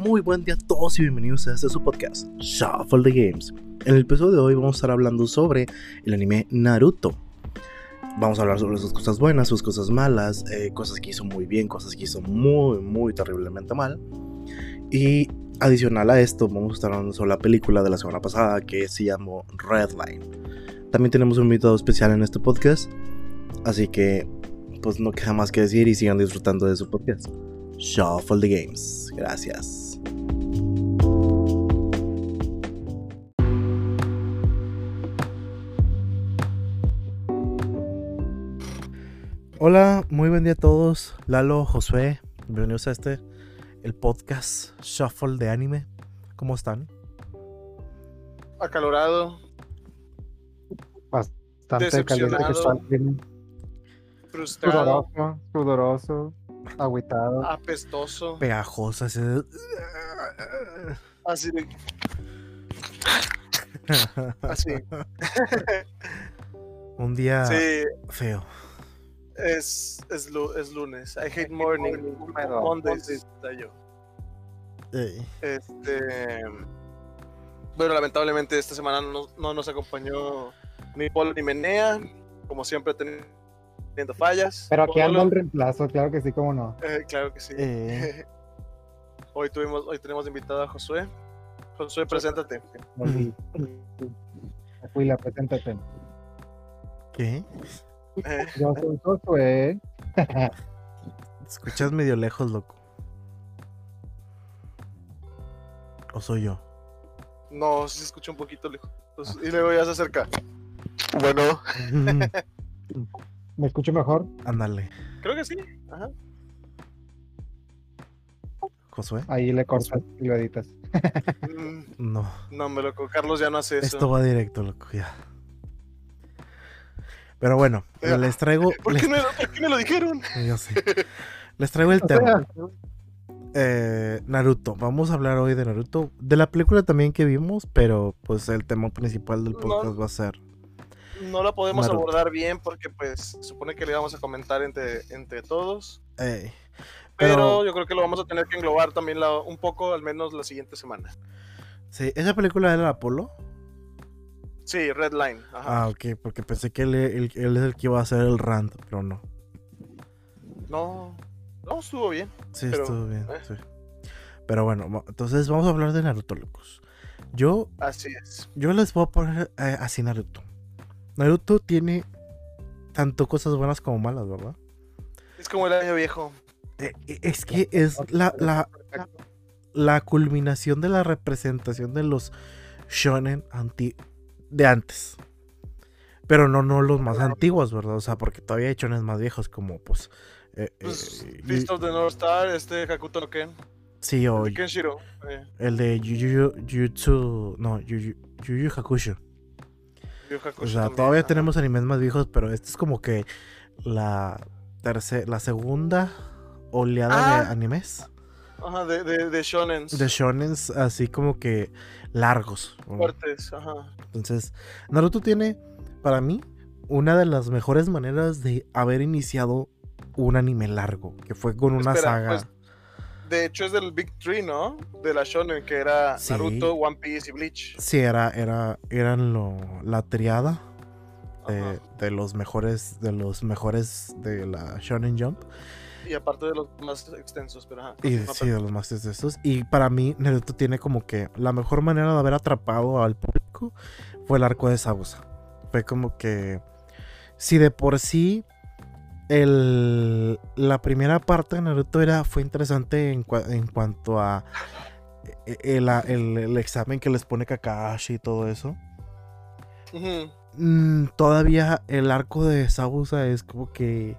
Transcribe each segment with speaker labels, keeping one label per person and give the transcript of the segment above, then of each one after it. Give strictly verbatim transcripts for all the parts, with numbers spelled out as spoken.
Speaker 1: Muy buen día a todos y bienvenidos a este su podcast, Shuffle the Games. En el episodio de hoy vamos a estar hablando sobre el anime Naruto. Vamos a hablar sobre sus cosas buenas, sus cosas malas, eh, cosas que hizo muy bien, cosas que hizo muy, muy terriblemente mal. Y adicional a esto, vamos a estar hablando sobre la película de la semana pasada que se llamó Redline. También tenemos un invitado especial en este podcast, así que pues no queda más que decir y sigan disfrutando de su podcast. Shuffle the Games. Gracias. Hola, muy buen día a todos. Lalo, Josué, bienvenidos a este, el podcast Shuffle de Anime. ¿Cómo están?
Speaker 2: Acalorado.
Speaker 3: Bastante caliente que está el clima.
Speaker 2: Frustrado.
Speaker 3: Sudoroso, sudoroso, agüitado.
Speaker 2: Apestoso.
Speaker 1: Pegajosa. Así,
Speaker 2: Así de... Así.
Speaker 1: Un día
Speaker 2: Sí,
Speaker 1: feo.
Speaker 2: es, es, lu- es lunes. I hate morning. Mondays, está yo.
Speaker 1: Ey.
Speaker 2: Este... Bueno, lamentablemente esta semana no, no nos acompañó ni Polo ni Menea. Como siempre teniendo fallas.
Speaker 3: Pero aquí anda
Speaker 2: Polo,
Speaker 3: el reemplazo, claro que sí, cómo no.
Speaker 2: eh, claro que sí.
Speaker 1: Eh.
Speaker 2: Hoy tuvimos, hoy tenemos invitado a Josué. Josué, preséntate.
Speaker 3: Volví. Acuila, preséntate.
Speaker 1: ¿Qué?
Speaker 2: Eh,
Speaker 3: Yo soy Josué.
Speaker 1: Te escuchas medio lejos, loco. ¿O soy yo?
Speaker 2: no, sí se escucha un poquito lejos. Y luego ya se acerca. Bueno,
Speaker 3: ¿Me escucho mejor?
Speaker 1: Ándale,
Speaker 2: creo que sí. Ajá.
Speaker 1: Josué.
Speaker 3: Ahí le cortas y lo editas.
Speaker 2: Mm,
Speaker 1: No,
Speaker 2: no, me loco. Carlos ya no hace eso.
Speaker 1: esto va directo, loco, ya. Pero bueno,
Speaker 2: Ya.
Speaker 1: les traigo.
Speaker 2: ¿Por
Speaker 1: les-
Speaker 2: qué, no, ¿Por qué me lo dijeron?
Speaker 1: Yo sé. Les traigo el
Speaker 3: O
Speaker 1: tema.
Speaker 3: sea,
Speaker 1: Eh, Naruto. Vamos a hablar hoy de Naruto. De la película también que vimos, pero pues el tema principal del podcast
Speaker 2: No.
Speaker 1: va a ser.
Speaker 2: No la podemos
Speaker 1: Naruto.
Speaker 2: abordar bien porque pues supone que le íbamos a comentar entre, entre todos.
Speaker 1: Ey,
Speaker 2: Pero,
Speaker 1: Pero-
Speaker 2: yo creo que lo vamos a tener que englobar también la- un poco, al menos la siguiente semana.
Speaker 1: sí, ¿esa película era Apolo?
Speaker 2: Sí, Redline. Ajá.
Speaker 1: Ah, ok, porque pensé que él, él- él es el que iba a hacer el rant, pero no.
Speaker 2: No, no, estuvo bien.
Speaker 1: Sí,
Speaker 2: Pero,
Speaker 1: estuvo bien,
Speaker 2: eh.
Speaker 1: sí. Pero bueno, va- entonces vamos a hablar de Naruto, locos. Yo,
Speaker 2: Así es.
Speaker 1: yo les voy a poner eh, así Naruto. Naruto tiene tanto cosas buenas como malas, ¿verdad?
Speaker 2: Es como el año viejo.
Speaker 1: Eh, eh, es que es la, la, la culminación de la representación de los shonen anti de antes. Pero no, no los más antiguos, ¿verdad? O sea, porque todavía hay shonen más viejos como pues... eh,
Speaker 2: Pues,
Speaker 1: eh,
Speaker 2: Fist
Speaker 1: Yu-
Speaker 2: of the North Star, este Hakuto no Ken.
Speaker 1: sí, o
Speaker 2: De Kenshiro. Eh,
Speaker 1: el de Yu- Yu- Jujutsu... No, Yu Yu Yu Yu Hakusho.
Speaker 2: Yu Hakusho
Speaker 1: O sea,
Speaker 2: también,
Speaker 1: todavía
Speaker 2: ajá.
Speaker 1: tenemos animes más viejos, pero este es como que la tercera, la segunda oleada
Speaker 2: Ah.
Speaker 1: de animes.
Speaker 2: Ajá, de, de, de shonens.
Speaker 1: De shonens así como que largos. ¿no?
Speaker 2: Fuertes, ajá.
Speaker 1: Entonces, Naruto tiene, para mí, una de las mejores maneras de haber iniciado un anime largo, que fue con una
Speaker 2: Espera,
Speaker 1: saga.
Speaker 2: pues, de hecho es del Big Three, ¿no? De la shonen, que era
Speaker 1: Sí.
Speaker 2: Naruto, One Piece y Bleach.
Speaker 1: Sí, era, era, eran lo, la triada de,
Speaker 2: Ajá.
Speaker 1: de los mejores, de los mejores de la Shonen Jump.
Speaker 2: Y aparte de los más extensos, pero ajá.
Speaker 1: Y
Speaker 2: continúa,
Speaker 1: sí, de los más de estos. Y para mí, Naruto tiene como que la mejor manera de haber atrapado al público fue el arco de Zabuza. Fue como que si de por sí el, la primera parte de Naruto era, fue interesante en, cua- en cuanto a e- el, el- el examen que les pone Kakashi y todo eso.
Speaker 2: Ujú.
Speaker 1: Mm, todavía el arco de Zabuza es como que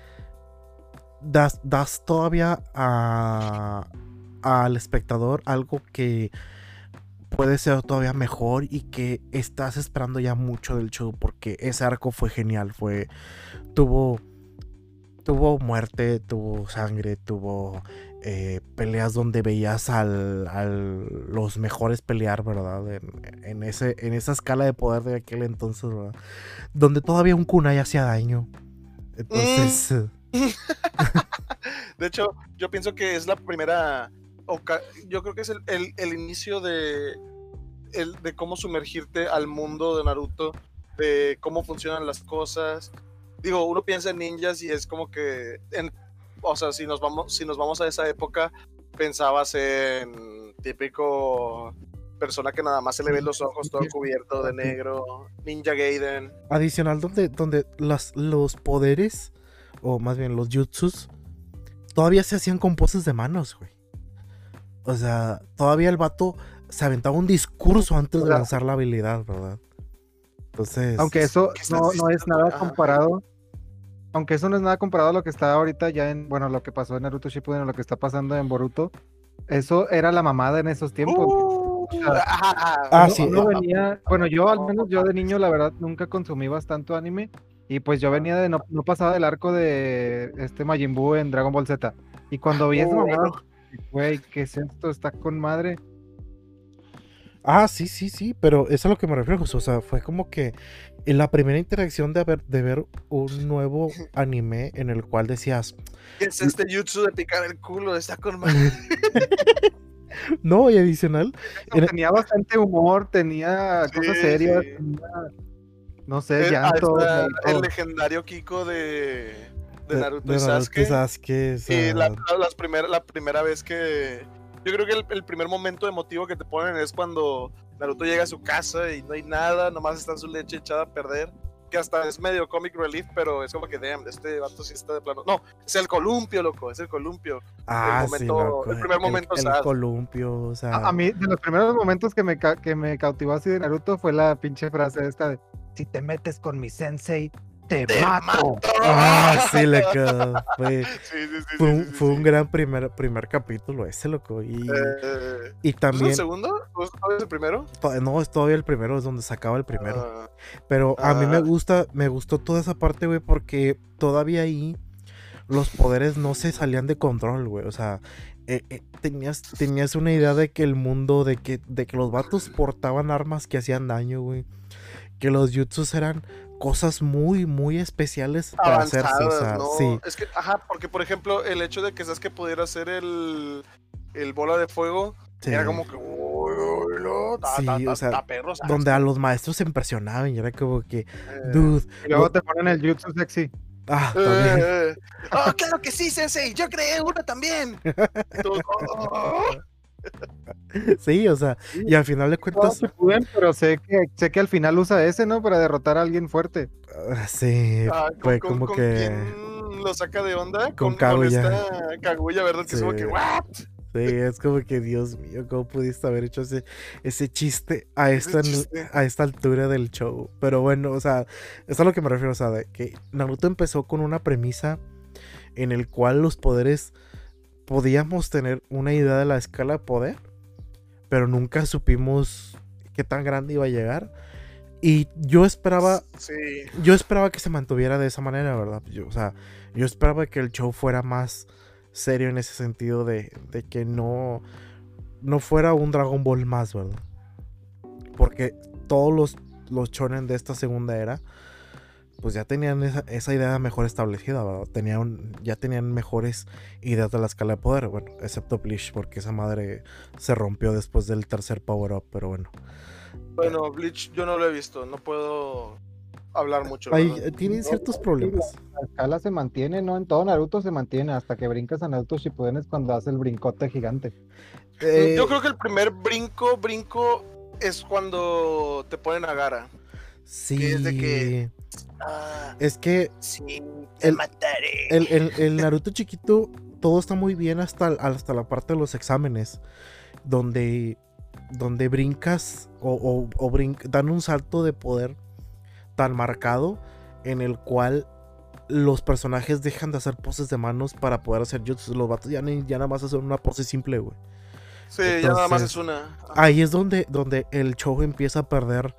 Speaker 1: das, das todavía a, al espectador algo que puede ser todavía mejor y que estás esperando ya mucho del show porque ese arco fue genial, fue tuvo tuvo muerte, tuvo sangre, tuvo eh, peleas donde veías al, al los mejores pelear, ¿verdad? En, en ese en esa escala de poder de aquel entonces, ¿verdad? Donde todavía un kunai hacía daño. Entonces,
Speaker 2: De hecho, yo pienso que es la primera oca- yo creo que es el, el, el inicio de, el, de cómo sumergirte al mundo de Naruto, de cómo funcionan las cosas. Digo, uno piensa en ninjas y es como que, en, o sea, si nos vamos, si nos vamos a esa época, pensabas en típico persona que nada más se le ven los ojos todo cubierto de negro, Ninja Gaiden.
Speaker 1: Adicional, donde, donde las, los poderes, o más bien los jutsus, todavía se hacían con poses de manos, güey. O sea, todavía el vato se aventaba un discurso antes de lanzar la habilidad, ¿verdad? Entonces...
Speaker 3: Aunque eso
Speaker 2: ¿Qué estás
Speaker 3: no, no es
Speaker 2: diciendo?
Speaker 3: nada
Speaker 2: Ajá.
Speaker 3: comparado. Aunque eso no es nada comparado a lo que está ahorita ya en, bueno, lo que pasó en Naruto Shippuden o lo que está pasando en Boruto. Eso era la mamada en esos tiempos.
Speaker 2: Uh,
Speaker 3: O sea,
Speaker 2: ah,
Speaker 1: Ah,
Speaker 3: uno-
Speaker 1: sí,
Speaker 3: uno
Speaker 1: eh,
Speaker 3: venía, bueno, yo al menos yo de niño la verdad nunca consumí bastante anime y pues yo venía de no, no pasaba del arco de este Majin Buu en Dragon Ball Z y cuando vi esa
Speaker 2: Uh,
Speaker 3: mamada,
Speaker 2: bueno.
Speaker 3: güey, ¿qué es esto? Está con madre.
Speaker 1: Ah, sí, sí, sí, pero eso es a lo que me refiero, Jesús. O sea, fue como que en la primera interacción de, haber, de ver un nuevo anime en el cual decías,
Speaker 2: ¿Qué es este jutsu de picar el culo? Está con madre.
Speaker 1: no, y adicional, en-
Speaker 3: Tenía bastante humor, tenía
Speaker 2: Sí,
Speaker 3: cosas serias,
Speaker 2: sí.
Speaker 3: tenía, no sé,
Speaker 2: Eh,
Speaker 3: llanto.
Speaker 2: ah, está
Speaker 3: y todo.
Speaker 2: el legendario Kiko de, de
Speaker 1: de-
Speaker 2: Naruto
Speaker 1: de
Speaker 2: y Sasuke.
Speaker 1: Sasuke, o
Speaker 2: Y
Speaker 1: sea,
Speaker 2: la, la- las primer- la primera vez que. Yo creo que el, el primer momento emotivo que te ponen es cuando Naruto llega a su casa y no hay nada, nomás está su leche echada a perder. Que hasta es medio comic relief, pero es como que, damn, este vato sí está de plano. No, es el columpio, loco, es el columpio.
Speaker 1: ah,
Speaker 2: el
Speaker 1: sí,
Speaker 2: momento-
Speaker 1: loco,
Speaker 2: el primer momento
Speaker 1: el,
Speaker 2: sad.
Speaker 1: columpio, o sea,
Speaker 3: A, a mí, de los primeros momentos que me, ca- que me cautivó así de Naruto fue la pinche frase esta de: si te metes con mi sensei, te,
Speaker 2: ¡Te
Speaker 3: mato.
Speaker 2: mato!
Speaker 1: ah, sí, loco, fue,
Speaker 2: Sí, sí, sí,
Speaker 1: fue
Speaker 2: sí,
Speaker 1: un,
Speaker 2: sí,
Speaker 1: fue
Speaker 2: sí.
Speaker 1: un gran primer, primer capítulo ese, loco, y,
Speaker 2: Eh,
Speaker 1: y
Speaker 2: ¿Es el
Speaker 1: también,
Speaker 2: segundo? ¿O es el primero?
Speaker 1: to- no, es todavía el primero, es donde se acaba el primero.
Speaker 2: Ah,
Speaker 1: Pero a mí me
Speaker 2: Ah.
Speaker 1: gusta, me gustó toda esa parte, güey, porque todavía ahí los poderes no se salían de control, güey. O sea, eh, eh, tenías, tenías una idea de que el mundo, de que, de que los vatos portaban armas que hacían daño, güey. Que los jutsus eran cosas muy, muy especiales para hacerse. O
Speaker 2: avanzadas,
Speaker 1: sea,
Speaker 2: ¿no?
Speaker 1: sí,
Speaker 2: Es que, ajá, porque por ejemplo, el hecho de que Sasuke pudiera hacer el, el bola de fuego,
Speaker 1: sí.
Speaker 2: era como que, uy, uy, no, ta,
Speaker 1: Sí,
Speaker 2: ta, ta,
Speaker 1: o sea,
Speaker 2: ta, perro, Sasuke.
Speaker 1: donde a los maestros se impresionaban y era como que,
Speaker 2: Eh,
Speaker 1: dude,
Speaker 3: Y luego
Speaker 1: lo-
Speaker 3: te ponen el jutsu sexy.
Speaker 1: ah,
Speaker 2: eh,
Speaker 1: también.
Speaker 2: eh. Oh, claro que sí, Sensei, yo creé uno también. Y todos, oh.
Speaker 1: Sí, o sea, y al final de
Speaker 3: No,
Speaker 1: cuentas,
Speaker 3: Shippuden, pero sé que, sé que al final usa ese, ¿no? Para derrotar a alguien fuerte.
Speaker 1: ah, sí,
Speaker 2: Ah,
Speaker 1: fue
Speaker 2: con,
Speaker 1: como
Speaker 2: con
Speaker 1: que...
Speaker 2: quién lo saca de onda?
Speaker 1: Con
Speaker 2: Con, con
Speaker 1: Kaguya.
Speaker 2: esta Kaguya, ¿verdad? Que es como
Speaker 1: Sí.
Speaker 2: que, ¿what?
Speaker 1: Sí, es como que, Dios mío, ¿cómo pudiste haber hecho ese, ese chiste a
Speaker 2: Ese
Speaker 1: esta,
Speaker 2: chiste.
Speaker 1: a esta altura del show? Pero bueno, o sea, eso es a lo que me refiero, o sea, de que Naruto empezó con una premisa en el cual los poderes podíamos tener una idea de la escala de poder, pero nunca supimos qué tan grande iba a llegar. Y yo esperaba,
Speaker 2: Sí.
Speaker 1: yo esperaba que se mantuviera de esa manera, ¿verdad? Yo, o sea, yo esperaba que el show fuera más serio en ese sentido de, de que no, no fuera un Dragon Ball más, ¿verdad? Porque todos los, los shonen de esta segunda era, pues ya tenían esa, esa idea mejor establecida, ¿verdad? Tenían, ya tenían mejores ideas de la escala de poder, bueno, excepto Bleach, porque esa madre se rompió después del tercer power up, pero bueno.
Speaker 2: Bueno, Bleach yo no lo he visto, no puedo hablar mucho. la
Speaker 1: Ahí
Speaker 2: verdad.
Speaker 1: eh, tienen
Speaker 3: No,
Speaker 1: ciertos
Speaker 3: sí,
Speaker 1: problemas.
Speaker 3: La escala se mantiene, ¿no? En todo Naruto se mantiene, hasta que brincas a Naruto Shippuden es cuando hace el brincote gigante.
Speaker 1: Eh,
Speaker 2: Yo creo que el primer brinco, brinco es cuando te ponen a Gaara.
Speaker 1: sí,
Speaker 2: que es de que- Ah,
Speaker 1: es que
Speaker 2: sí,
Speaker 1: te el-
Speaker 2: mataré.
Speaker 1: el, el- el Naruto chiquito, todo está muy bien hasta, hasta la parte de los exámenes, donde, donde brincas o, o, o brin- dan un salto de poder tan marcado en el cual los personajes dejan de hacer poses de manos para poder hacer jutsus. Los vatos ya, ni, ya nada más hacen una pose simple, güey.
Speaker 2: Sí, ya nada más
Speaker 1: entonces-
Speaker 2: es una.
Speaker 1: Ahí es donde, donde el show empieza a perder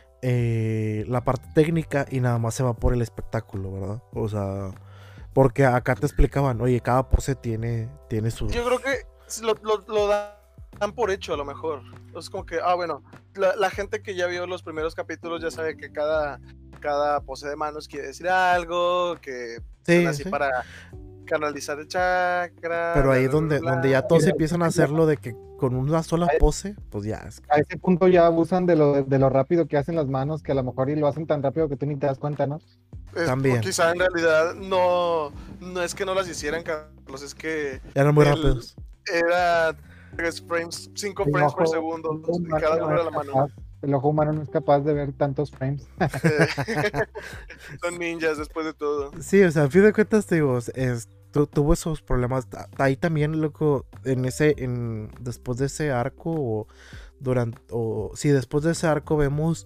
Speaker 1: eh, la parte técnica y nada más se va por el espectáculo, ¿verdad? O sea, porque acá te explicaban, oye, cada pose tiene, tiene su...
Speaker 2: Yo creo que lo, lo, lo dan por hecho a lo mejor. Es como que, ah, bueno, la, la gente que ya vio los primeros capítulos ya sabe que cada, cada pose de manos quiere decir algo, que
Speaker 1: Sí,
Speaker 2: son así
Speaker 1: sí.
Speaker 2: para canalizar el chakra.
Speaker 1: Pero ahí
Speaker 2: bla, bla,
Speaker 1: donde,
Speaker 2: bla,
Speaker 1: donde ya
Speaker 2: bla.
Speaker 1: todos
Speaker 3: Y de-
Speaker 1: empiezan a hacerlo de que con una sola pose, pues ya es.
Speaker 3: A ese punto ya abusan de lo, de lo rápido que hacen las manos, que a lo mejor y lo hacen tan rápido que tú ni te das cuenta, ¿no?
Speaker 2: Es-
Speaker 1: También.
Speaker 2: o quizá en realidad no, no es que no las hicieran, Carlos, es que
Speaker 1: Eran muy
Speaker 2: el-
Speaker 1: rápidos.
Speaker 2: era tres frames, cinco
Speaker 3: El
Speaker 2: frames por
Speaker 3: ojo-
Speaker 2: segundo,
Speaker 3: el ojo
Speaker 2: y
Speaker 3: humano
Speaker 2: cada
Speaker 3: no
Speaker 2: uno era
Speaker 3: es
Speaker 2: la mano.
Speaker 3: capaz- El ojo humano no es capaz de ver tantos frames.
Speaker 2: Eh, Son ninjas después de todo.
Speaker 1: Sí, o sea, a fin de cuentas, te digo, es, tu- tuvo esos problemas. Ta- Ahí también, loco, en ese, en, después de ese arco, o durante, o sí, después de ese arco vemos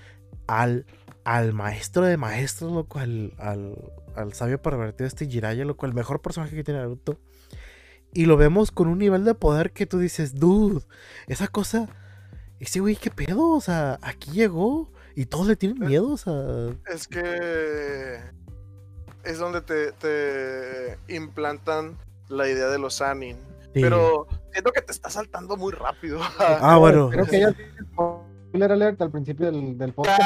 Speaker 1: al, al maestro de maestros, loco, al, al, al sabio pervertido, este Jiraiya, loco, el mejor personaje que tiene Naruto. Y lo vemos con un nivel de poder que tú dices, dude, esa cosa, ese güey, ¿qué pedo? O sea, aquí llegó y todos le tienen miedo, o sea,
Speaker 2: Es que es donde te, te implantan la idea de los Sanin.
Speaker 1: sí.
Speaker 2: Pero siento que te está saltando muy rápido.
Speaker 1: Ah, bueno.
Speaker 3: Creo que ya tiene spoiler alert al principio del, del podcast.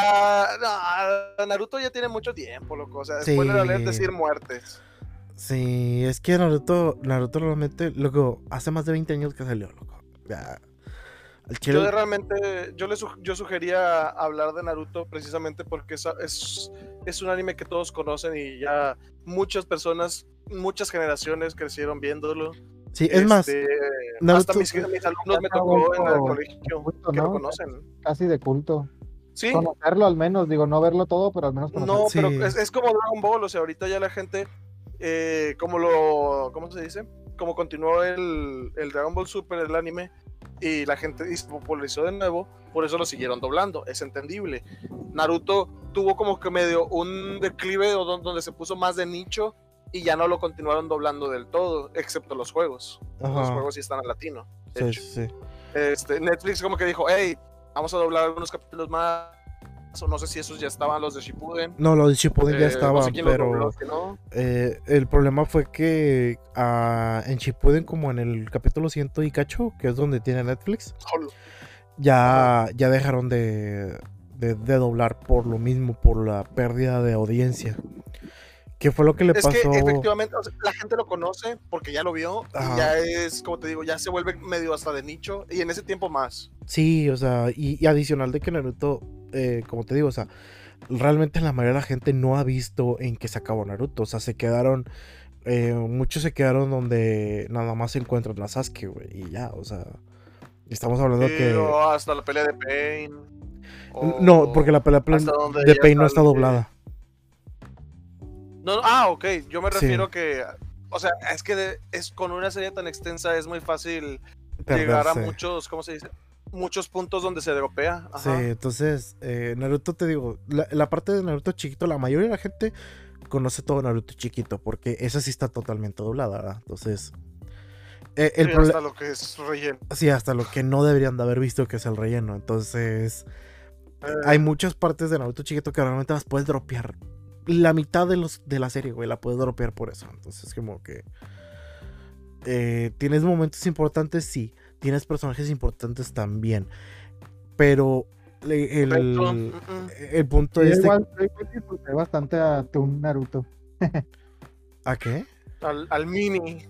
Speaker 2: Ya, no, Naruto ya tiene mucho tiempo, loco. O sea,
Speaker 1: Sí.
Speaker 2: spoiler alert decir muertes.
Speaker 1: Sí, es que Naruto, Naruto realmente, loco, hace más de veinte años que salió, loco. Ya. Al chile,
Speaker 2: Yo de realmente, yo le su- yo sugería hablar de Naruto precisamente porque es, es, es un anime que todos conocen y ya muchas personas, muchas generaciones crecieron viéndolo.
Speaker 1: sí, es más,
Speaker 2: Este,
Speaker 1: Naruto-
Speaker 2: hasta mis, mis alumnos me tocó en el colegio
Speaker 3: Culto,
Speaker 2: que lo
Speaker 3: ¿no?
Speaker 2: conocen.
Speaker 3: Casi de culto.
Speaker 2: Sí,
Speaker 3: Conocerlo al menos, digo, no verlo todo, pero al menos conocerlo.
Speaker 2: no,
Speaker 1: Sí.
Speaker 2: pero es, es como Dragon Ball, o sea, ahorita ya la gente, eh, como lo, ¿cómo se dice? Como continuó el, el Dragon Ball Super, el anime, y la gente y se popularizó de nuevo, por eso lo siguieron doblando, es entendible. Naruto tuvo como que medio un declive do- donde se puso más de nicho y ya no lo continuaron doblando del todo, excepto los juegos. Los
Speaker 1: Ajá.
Speaker 2: juegos sí están en latino. de
Speaker 1: sí,
Speaker 2: hecho.
Speaker 1: sí, sí.
Speaker 2: Este, Netflix como que dijo, hey, vamos a doblar algunos capítulos más, o no sé si esos ya estaban los de Shippuden.
Speaker 1: No, los de Shippuden ya
Speaker 2: Eh, no
Speaker 1: estaban,
Speaker 2: sé quién los
Speaker 1: pero
Speaker 2: dobló, que no.
Speaker 1: eh, el problema fue que ah, en Shippuden, como en el capítulo ciento y cacho, que es donde tiene Netflix,
Speaker 2: Solo.
Speaker 1: ya, ya dejaron de, de, de doblar por lo mismo, por la pérdida de audiencia. ¿Qué fue lo que le
Speaker 2: Es
Speaker 1: pasó?
Speaker 2: que efectivamente, o sea, la gente lo conoce porque ya lo vio
Speaker 1: Ajá.
Speaker 2: y ya es, como te digo, ya se vuelve medio hasta de nicho y en ese tiempo más.
Speaker 1: Sí, o sea, y, y adicional de que Naruto, eh, como te digo, o sea, realmente la mayoría de la gente no ha visto en qué se acabó Naruto. O sea, se quedaron, eh, muchos se quedaron donde nada más se encuentran a Sasuke, güey, y ya, o sea, estamos hablando
Speaker 2: Sí,
Speaker 1: que...
Speaker 2: o hasta la pelea de Pain. o
Speaker 1: No, porque la pelea
Speaker 2: hasta donde
Speaker 1: de
Speaker 2: ya
Speaker 1: Pain no está
Speaker 2: sale-
Speaker 1: doblada.
Speaker 2: No, no, ah, ok, yo me
Speaker 1: Sí.
Speaker 2: refiero que, o sea, es que de- es con una serie tan extensa es muy fácil llegar a
Speaker 1: Perderse.
Speaker 2: muchos, ¿cómo se dice? Muchos puntos donde se dropea.
Speaker 1: Sí,
Speaker 2: Ajá.
Speaker 1: entonces, eh, Naruto, te digo, la, la parte de Naruto chiquito, la mayoría de la gente conoce todo Naruto chiquito, porque esa sí está totalmente doblada, ¿verdad? Entonces, eh, el
Speaker 2: Sí,
Speaker 1: problema...
Speaker 2: hasta lo que es relleno.
Speaker 1: Sí, hasta lo que no deberían de haber visto, que es el relleno. Entonces,
Speaker 2: Eh,
Speaker 1: hay muchas partes de Naruto chiquito que realmente las puedes dropear. La mitad de los de la serie, güey, la puedes dropear por eso. Entonces, como que... eh, ¿tienes momentos importantes? Sí. Tienes personajes importantes también. Pero le- el,
Speaker 2: Perfecto. Mm, mm.
Speaker 1: el punto
Speaker 3: Yo
Speaker 1: es de...
Speaker 3: igual, yo igual disfruté bastante a Toon Naruto.
Speaker 1: ¿A qué?
Speaker 2: Al, al mini.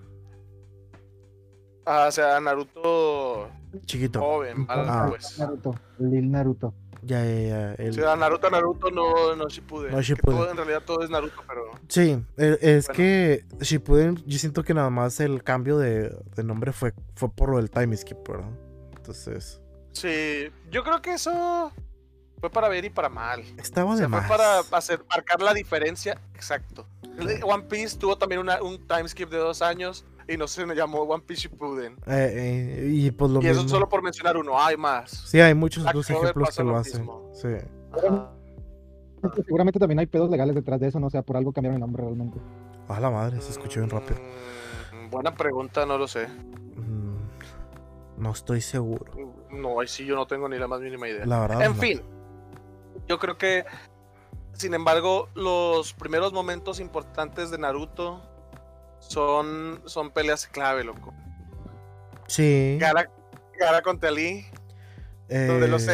Speaker 2: Ah, o sea, Naruto
Speaker 1: Chiquito.
Speaker 2: joven, ¿vale?
Speaker 1: Ah.
Speaker 2: Pues.
Speaker 3: Naruto, Lil Naruto.
Speaker 1: Ya, ya, ya. el-
Speaker 2: O sea, Naruto, Naruto no, no Shippuden.
Speaker 1: No
Speaker 2: Que
Speaker 1: Shippuden.
Speaker 2: todo- en realidad todo es Naruto, pero
Speaker 1: Sí, e- es
Speaker 2: Bueno.
Speaker 1: que Shippuden, yo siento que nada más el cambio de, de nombre fue, fue por lo del time skip, ¿verdad? Entonces,
Speaker 2: sí, yo creo que eso fue para bien y para mal.
Speaker 1: estaba
Speaker 2: O
Speaker 1: de
Speaker 2: sea, fue
Speaker 1: más.
Speaker 2: para hacer, marcar la diferencia, exacto. El de One Piece tuvo también una- un time skip de dos años y no se llamó One Piece Shippuden.
Speaker 1: Eh, eh, y pues lo
Speaker 2: Y eso
Speaker 1: mismo.
Speaker 2: solo por mencionar uno, hay más.
Speaker 1: Sí, hay muchos
Speaker 2: Black
Speaker 1: otros
Speaker 2: Clover
Speaker 1: ejemplos
Speaker 2: pasa
Speaker 1: que lo
Speaker 2: lo
Speaker 1: hacen.
Speaker 2: mismo.
Speaker 1: Sí.
Speaker 2: Ajá.
Speaker 3: Seguramente también hay pedos legales detrás de eso, no o sea, por algo cambiaron el nombre realmente.
Speaker 1: A la madre, se escuchó bien rápido.
Speaker 2: Mm, Buena pregunta, no lo sé.
Speaker 1: Mm, no estoy seguro.
Speaker 2: No, ahí sí yo no tengo ni la más mínima idea.
Speaker 1: La verdad.
Speaker 2: En
Speaker 1: no.
Speaker 2: fin, yo creo que, sin embargo, los primeros momentos importantes de Naruto son, son peleas clave, loco.
Speaker 1: Sí.
Speaker 2: Gara, Gara contra Lee, donde lo sé.
Speaker 1: eh,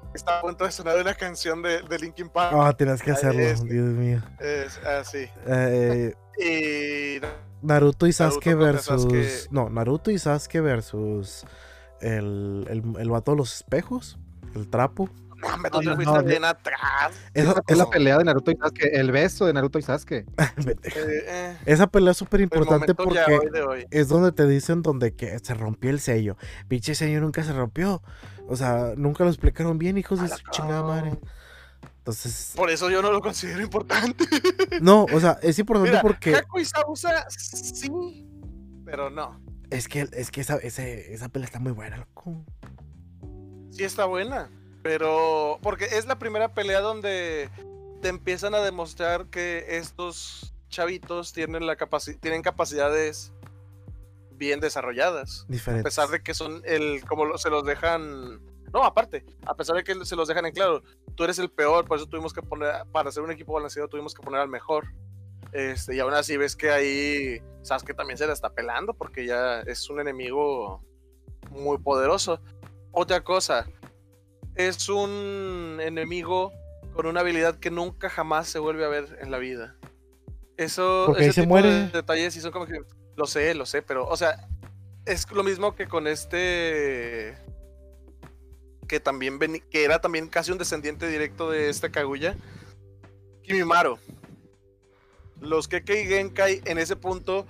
Speaker 2: está a punto de sonar una canción de, de Linkin Park.
Speaker 1: Ah, tenías que hacerlo,
Speaker 2: Es-
Speaker 1: Dios mío.
Speaker 2: Es así.
Speaker 1: Eh,
Speaker 2: Y
Speaker 1: Naruto y Sasuke
Speaker 2: Naruto contra
Speaker 1: versus.
Speaker 2: Sasuke.
Speaker 1: No, Naruto y Sasuke versus. El, el, el vato de los espejos. El trapo.
Speaker 2: no, me tú
Speaker 3: No,
Speaker 2: fuiste
Speaker 3: no,
Speaker 2: bien atrás.
Speaker 1: Esa,
Speaker 3: Es la
Speaker 1: esa-
Speaker 3: pelea de Naruto y Sasuke, el beso de Naruto y Sasuke.
Speaker 2: Eh, eh,
Speaker 1: esa pelea es súper
Speaker 2: el
Speaker 1: importante
Speaker 2: momento ya
Speaker 1: porque
Speaker 2: hoy de hoy.
Speaker 1: es donde te dicen donde que se rompió el sello. Pinche sello nunca se rompió. O sea, nunca lo explicaron bien, hijos de su chingada madre. Entonces,
Speaker 2: Por eso yo no lo considero importante.
Speaker 1: no, o sea, es importante
Speaker 2: Mira,
Speaker 1: porque
Speaker 2: Haku y Sausa sí, pero no.
Speaker 1: es que, es que esa, ese- esa pelea está muy buena, loco.
Speaker 2: Sí está buena, pero porque es la primera pelea donde te empiezan a demostrar que estos chavitos tienen la capaci- tienen capacidades bien desarrolladas, a
Speaker 1: Diferente.
Speaker 2: pesar de que son el como lo- se los dejan. No, aparte, a pesar de que se los dejan en claro, tú eres el peor, por eso tuvimos que poner, para hacer un equipo balanceado, tuvimos que poner al mejor. Este, y aún así ves que ahí Sasuke también se la está pelando porque ya es un enemigo muy poderoso. Otra cosa, es un enemigo con una habilidad que nunca jamás se vuelve a ver en la vida. Eso,
Speaker 1: Porque ahí
Speaker 2: ese
Speaker 1: se
Speaker 2: tipo
Speaker 1: muere.
Speaker 2: de detalles sí son como que, lo sé, lo sé, pero, o sea, es lo mismo que con este que también veni- que era también casi un descendiente directo de este Kaguya, Kimimaro. Los Kekkei Genkai en ese punto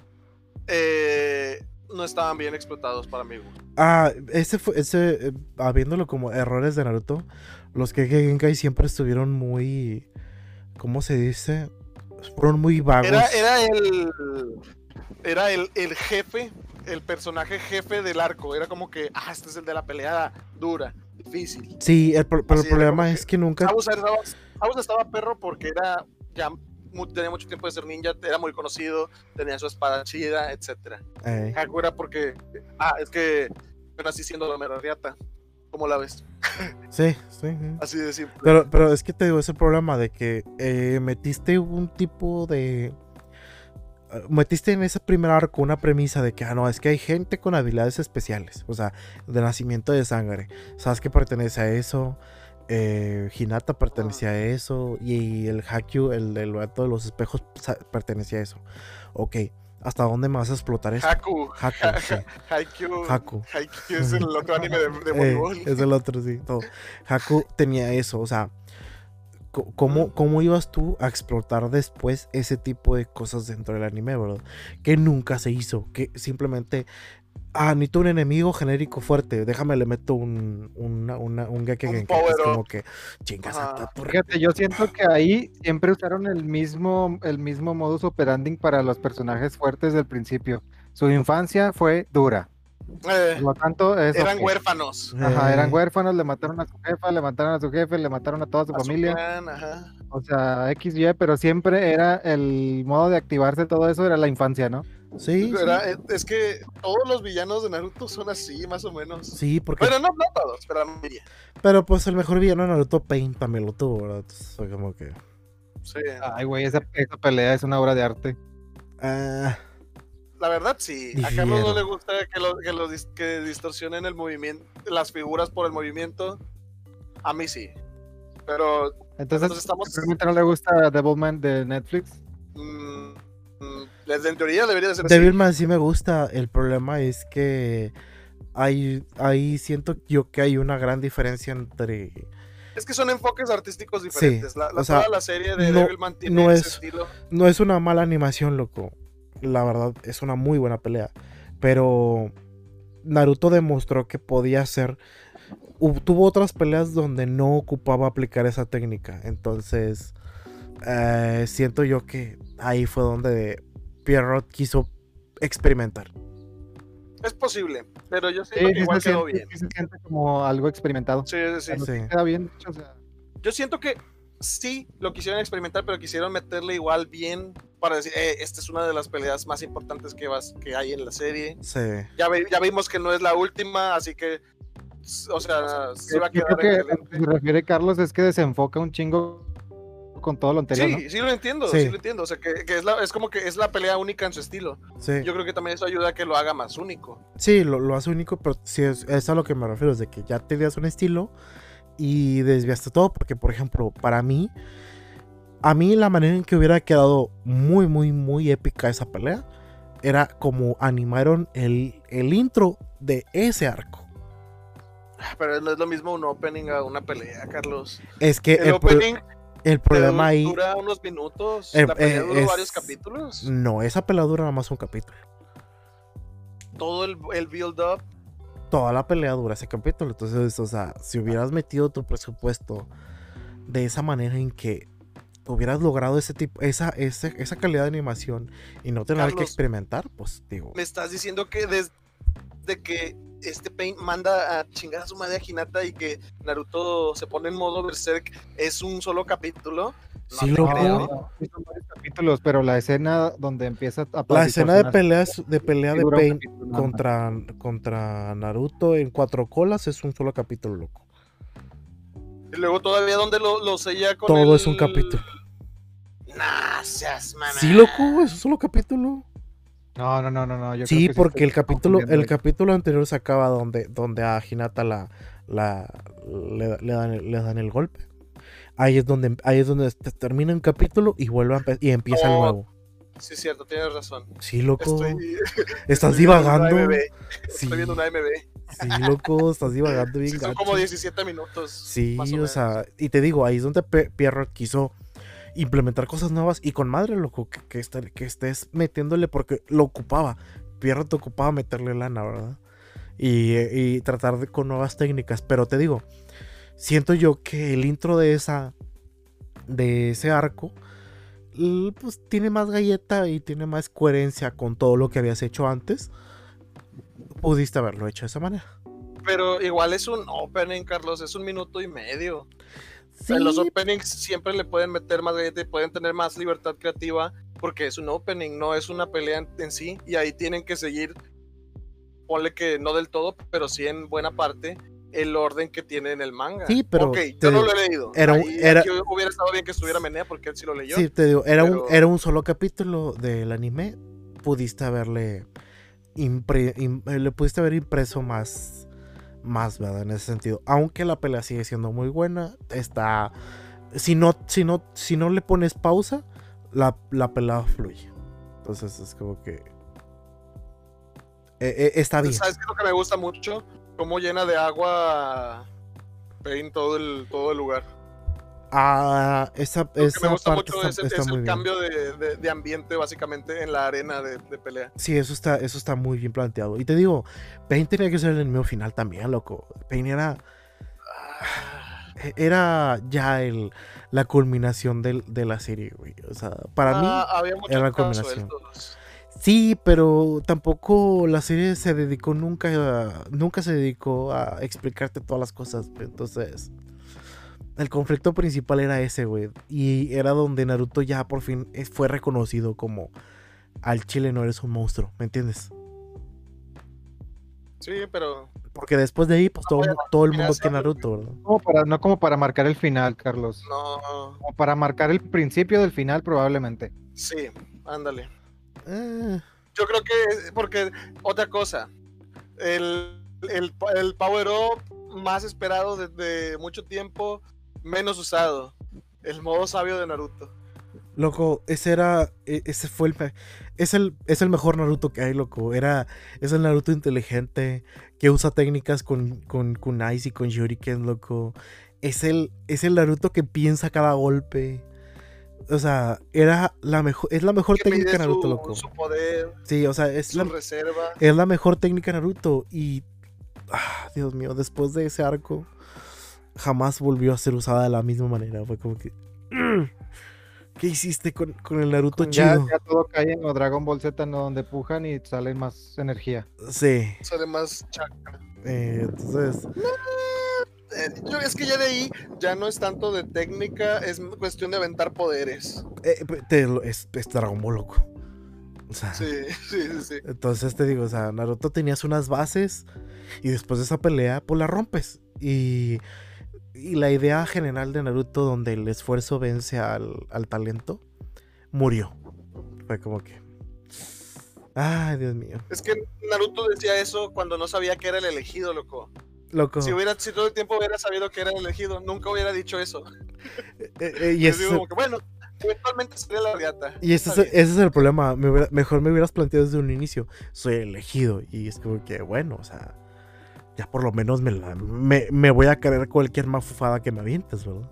Speaker 2: eh, no estaban bien explotados para mí.
Speaker 1: Ah, ese fue, ese, eh, habiéndolo como errores de Naruto, los que Genkai siempre estuvieron muy, ¿cómo se dice? Fueron muy vagos.
Speaker 2: Era, era el era el, el jefe, el personaje jefe del arco. Era como que, ah, este es el de la pelea dura, difícil.
Speaker 1: Sí, el, pro- pero
Speaker 2: Así
Speaker 1: el
Speaker 2: era
Speaker 1: problema
Speaker 2: como
Speaker 1: es
Speaker 2: que-
Speaker 1: que nunca...
Speaker 2: Zabuza estaba, Zabuza estaba perro porque era ya mu- tenía mucho tiempo de ser ninja, era muy conocido, tenía su espada chida, etcétera.
Speaker 1: eh,
Speaker 2: Haku era porque, ah, es que yo nací siendo la mera riata. ¿Cómo la ves?
Speaker 1: sí, sí, sí.
Speaker 2: Así de simple.
Speaker 1: Pero, pero es que te digo ese problema de que eh, metiste un tipo de... eh, Metiste en ese primer arco una premisa de que, ah, no, es que hay gente con habilidades especiales, o sea, de nacimiento de sangre. Sabes que pertenece a eso, eh, Hinata pertenecía a eso, y el Haikyuu, el del vato de los espejos, sa- pertenecía a eso. Ok, ¿hasta dónde me vas a explotar eso?
Speaker 2: Haku.
Speaker 1: Haku, sí.
Speaker 2: Haikyuu.
Speaker 1: Haku.
Speaker 2: Haikyuu es el otro anime de, de
Speaker 1: Eh,
Speaker 2: voleibol.
Speaker 1: es el otro, sí. Todo. Haku tenía eso, o sea, co- ¿cómo, ¿cómo ibas tú a explotar después ese tipo de cosas dentro del anime, verdad? Que nunca se hizo, que simplemente, ah, necesito un enemigo genérico fuerte, déjame le meto un, una, una, un Geke
Speaker 2: Un
Speaker 1: Genkai. Es
Speaker 2: power
Speaker 1: como
Speaker 2: up.
Speaker 1: que, chingas,
Speaker 2: Ajá.
Speaker 1: a tu-
Speaker 3: Fíjate, yo siento que ahí siempre usaron el mismo, el mismo modus operandi para los personajes fuertes del principio. Su infancia fue dura.
Speaker 2: Eh,
Speaker 3: Por lo tanto, es
Speaker 2: eran
Speaker 3: ok.
Speaker 2: huérfanos.
Speaker 3: Ajá,
Speaker 1: Eh,
Speaker 3: eran huérfanos, le mataron a su jefa, le mataron a su jefe, le mataron a toda su
Speaker 2: a su
Speaker 3: familia.
Speaker 2: clan, ajá.
Speaker 3: O sea, equis ye, pero siempre era el modo de activarse todo eso, era la infancia, ¿no?
Speaker 1: Sí, sí,
Speaker 2: Era- eh, es que todos los villanos de Naruto son así, más o menos.
Speaker 1: sí, porque,
Speaker 2: Bueno, no, no todos, pero la mayoría.
Speaker 1: pero pues el mejor villano de Naruto Pain también lo tuvo, ¿verdad? Entonces, fue como que,
Speaker 2: Sí.
Speaker 3: Ay, güey, esa, esa pelea es una obra de arte.
Speaker 1: ah,
Speaker 2: La verdad, sí. A Carlos no le gusta que, lo, que, lo dis- que distorsionen el movimiento, las figuras por el movimiento. A mí sí. Pero
Speaker 3: Entonces,
Speaker 2: Entonces estamos-
Speaker 3: ¿realmente no le gusta Devilman de Netflix?
Speaker 2: mm, mm, desde en teoría debería de ser así.
Speaker 1: Devilman sí me gusta, el problema es que hay, ahí siento yo que hay una gran diferencia entre...
Speaker 2: Es que son enfoques artísticos diferentes. la, la-
Speaker 1: o sea,
Speaker 2: toda la serie de
Speaker 1: no-
Speaker 2: Devilman tiene
Speaker 1: no
Speaker 2: ese
Speaker 1: es-
Speaker 2: estilo.
Speaker 1: No es una mala animación, loco. La verdad, es una muy buena pelea. Pero Naruto demostró que podía hacer... hu- Tuvo otras peleas donde no ocupaba aplicar esa técnica. Entonces, eh, siento yo que ahí fue donde Pierrot quiso experimentar.
Speaker 2: Es posible, pero yo
Speaker 3: Sí,
Speaker 2: siento que
Speaker 3: sí
Speaker 2: igual
Speaker 3: se,
Speaker 2: quedó
Speaker 3: siente,
Speaker 2: bien.
Speaker 3: sí se siente como algo experimentado.
Speaker 2: Sí, sí, sí.
Speaker 3: Pero sí
Speaker 1: Sí.
Speaker 3: queda bien, de hecho, o sea,
Speaker 2: Yo siento que sí lo quisieron experimentar, pero quisieron meterle igual bien para decir, eh, esta es una de las peleas más importantes que, vas, que hay en la serie.
Speaker 1: Sí.
Speaker 2: Ya, ve- ya vimos que no es la última, así que, o sea, sí va a
Speaker 3: yo
Speaker 2: quedar
Speaker 3: creo que a lo que
Speaker 2: excelente.
Speaker 3: se refiere Carlos es que desenfoca un chingo con todo lo anterior,
Speaker 2: Sí,
Speaker 3: ¿no?
Speaker 2: sí lo entiendo, sí,
Speaker 1: Sí.
Speaker 2: lo entiendo. O sea, que, que es, la, es como que es la pelea única en su estilo.
Speaker 1: Sí.
Speaker 2: Yo creo que también eso ayuda a que lo haga más único.
Speaker 1: Sí, lo, lo hace único, pero sí es, es a lo que me refiero, es de que ya tenías un estilo y desviaste todo, porque por ejemplo, para mí, a mí la manera en que hubiera quedado muy, muy, muy épica esa pelea era como animaron el, el intro de ese arco.
Speaker 2: Pero no es lo mismo un opening a una pelea, Carlos.
Speaker 1: Es que
Speaker 2: El,
Speaker 1: el, pro-
Speaker 2: opening
Speaker 1: el problema
Speaker 2: dura,
Speaker 1: ahí,
Speaker 2: dura unos minutos.
Speaker 1: eh,
Speaker 2: la pelea
Speaker 1: eh,
Speaker 2: duró
Speaker 1: es-
Speaker 2: varios capítulos.
Speaker 1: no, esa pelea dura nada más un capítulo.
Speaker 2: Todo el, el build-up.
Speaker 1: Toda la pelea dura ese capítulo. Entonces, o sea, si hubieras metido tu presupuesto de esa manera en que hubieras logrado ese tipo, esa, ese, esa calidad de animación y no tener que
Speaker 2: Carlos,
Speaker 1: experimentar, pues digo,
Speaker 2: Me estás diciendo que desde que este Pain manda a chingar a su madre a Hinata y que Naruto se pone en modo Berserk es un solo capítulo. No
Speaker 1: sí,
Speaker 2: te
Speaker 1: loco.
Speaker 2: creo.
Speaker 3: No, sí son varios capítulos, pero la escena donde empieza a
Speaker 1: La escena de
Speaker 3: distorsionarse
Speaker 1: peleas de pelea
Speaker 3: sí
Speaker 1: de
Speaker 3: dura un
Speaker 1: Pain
Speaker 3: capítulo nada más.
Speaker 1: contra, contra Naruto en cuatro colas es un solo capítulo, loco.
Speaker 2: Y luego todavía donde lo, lo sella con
Speaker 1: Todo
Speaker 2: el...
Speaker 1: es un capítulo.
Speaker 2: Nah, seas mamá.
Speaker 1: Sí, loco, es un solo capítulo.
Speaker 3: No, no, no, no, no. Yo
Speaker 1: Sí,
Speaker 3: creo que
Speaker 1: porque
Speaker 3: estoy
Speaker 1: el capítulo,
Speaker 3: confundiendo
Speaker 1: el
Speaker 3: ahí.
Speaker 1: capítulo anterior se acaba donde, donde a Hinata la, la le, le dan, el- le dan el golpe. Ahí es donde, ahí es donde te- termina un capítulo y vuelve a empe- y empieza el
Speaker 2: No.
Speaker 1: nuevo.
Speaker 2: Sí, cierto, tienes razón.
Speaker 1: Sí, loco.
Speaker 2: Estoy,
Speaker 1: Estás
Speaker 2: estoy viendo una
Speaker 1: divagando.
Speaker 2: A M V.
Speaker 1: Sí,
Speaker 2: Estoy viendo una A M V.
Speaker 1: sí, loco, estás divagando bien
Speaker 2: Sí, son
Speaker 1: gacho.
Speaker 2: como diecisiete minutos.
Speaker 1: Sí,
Speaker 2: más o
Speaker 1: o,
Speaker 2: menos.
Speaker 1: sea, y te digo, ahí es donde Pe- Pierrot quiso implementar cosas nuevas y con madre, loco, que, que, esté- que estés metiéndole porque lo ocupaba. Pierrot te ocupaba meterle lana, ¿verdad? Y, y tratar de, con nuevas técnicas. Pero te digo, siento yo que el intro de esa de ese arco l- pues tiene más galleta y tiene más coherencia con todo lo que habías hecho antes. Pudiste haberlo hecho de esa manera.
Speaker 2: Pero igual es un opening, Carlos, es un minuto y medio.
Speaker 1: Sí,
Speaker 2: En los openings siempre le pueden meter más galleta y pueden tener más libertad creativa porque es un opening, no es una pelea en, en sí. Y ahí tienen que seguir, ponle que no del todo, pero sí en buena parte, el orden que tiene en el manga.
Speaker 1: Sí, pero
Speaker 2: Ok,
Speaker 1: te
Speaker 2: yo no
Speaker 1: digo,
Speaker 2: lo he leído.
Speaker 1: era un-
Speaker 2: Ahí-
Speaker 1: era-
Speaker 2: aquí hubiera estado bien que estuviera Menea porque él sí lo leyó.
Speaker 1: sí, te digo, era,
Speaker 2: pero-
Speaker 1: un, era un solo capítulo del anime. Pudiste haberle impre- im- eh, le pudiste haber impreso más, más, ¿verdad? En ese sentido. Aunque la pelea sigue siendo muy buena. Está. Si no, si no, si no le pones pausa, la, la pelea fluye. Entonces es como que. eh, eh, está bien.
Speaker 2: ¿Sabes qué es lo que me gusta mucho? Cómo llena de agua Pain todo el, todo el lugar.
Speaker 1: Ah, esa,
Speaker 2: Lo que me
Speaker 1: esa
Speaker 2: gusta
Speaker 1: parte
Speaker 2: mucho
Speaker 1: está,
Speaker 2: es, el-
Speaker 1: está
Speaker 2: es
Speaker 1: muy
Speaker 2: el
Speaker 1: bien.
Speaker 2: cambio de, de- de ambiente básicamente en la arena de, de pelea.
Speaker 1: Sí, eso está, eso está muy bien planteado. Y te digo, Pain tenía que ser el enemigo final también, loco. Pain era. Era ya el, la culminación del- de la serie, güey. O sea, para mí.
Speaker 2: Ah, había muchos
Speaker 1: era la
Speaker 2: cabos
Speaker 1: combinación.
Speaker 2: sueltos.
Speaker 1: Sí, pero tampoco la serie se dedicó nunca a- nunca se dedicó a explicarte todas las cosas. Entonces, el conflicto principal era ese, güey. Y era donde Naruto ya por fin es- fue reconocido como al chile no eres un monstruo, ¿me entiendes?
Speaker 2: Sí, pero
Speaker 1: Porque después de ahí, pues todo, mu- todo el
Speaker 2: mira,
Speaker 1: mundo
Speaker 2: sí,
Speaker 1: que Naruto, ¿verdad?
Speaker 3: Como para, no como para marcar el final, Carlos.
Speaker 2: no.
Speaker 3: Como para marcar el principio del final, probablemente.
Speaker 2: Sí, ándale.
Speaker 1: Eh,
Speaker 2: Yo creo que, porque otra cosa, el, el, el Power Up más esperado desde mucho tiempo, menos usado. El modo sabio de Naruto.
Speaker 1: loco, ese era. e- Ese fue el. me- Es el, es el mejor Naruto que hay, loco. Era, es el Naruto inteligente que usa técnicas con, con kunais y con shuriken, loco. Es el, es el Naruto que piensa cada golpe. O sea, era la mejor, es la mejor
Speaker 2: Que
Speaker 1: técnica
Speaker 2: mide
Speaker 1: Naruto,
Speaker 2: su,
Speaker 1: loco.
Speaker 2: su poder,
Speaker 1: Sí, o sea, es
Speaker 2: su
Speaker 1: la,
Speaker 2: reserva.
Speaker 1: es la mejor técnica Naruto. Y. ah, Dios mío, después de ese arco, jamás volvió a ser usada de la misma manera. Fue como que. "Mm, ¿qué hiciste con, con el Naruto
Speaker 3: Ya,
Speaker 1: chido?
Speaker 3: ya todo cae en los Dragon Ball Z, ¿no? Donde pujan y sale más energía.
Speaker 1: Sí.
Speaker 2: Sale más chakra.
Speaker 1: eh, entonces.
Speaker 2: Eh, yo- es que ya de ahí ya no es tanto de técnica, es cuestión de aventar poderes.
Speaker 1: eh, te lo- es, es Dragon Ball, loco. O sea,
Speaker 2: Sí, sí, sí, sí.
Speaker 1: entonces te digo, o sea, Naruto tenías unas bases y después de esa pelea, pues la rompes. Y, y la idea general de Naruto, donde el esfuerzo vence al, al talento, murió. Fue como que. Ay, Dios mío.
Speaker 2: Es que Naruto decía eso cuando no sabía que era el elegido, loco.
Speaker 1: Loco.
Speaker 2: Si, hubiera, si todo el tiempo hubiera sabido que era el elegido, nunca hubiera dicho eso.
Speaker 1: Eh, eh, y
Speaker 2: Yo
Speaker 1: ese,
Speaker 2: digo como que, bueno, eventualmente sería la riata.
Speaker 1: y ese, es,
Speaker 2: Está bien.
Speaker 1: ese es el problema. Me hubiera- mejor me hubieras planteado desde un inicio. Soy elegido. Y es como que, bueno, o sea, ya por lo menos me, la, me, me voy a creer cualquier mafufada que me avientes, ¿verdad?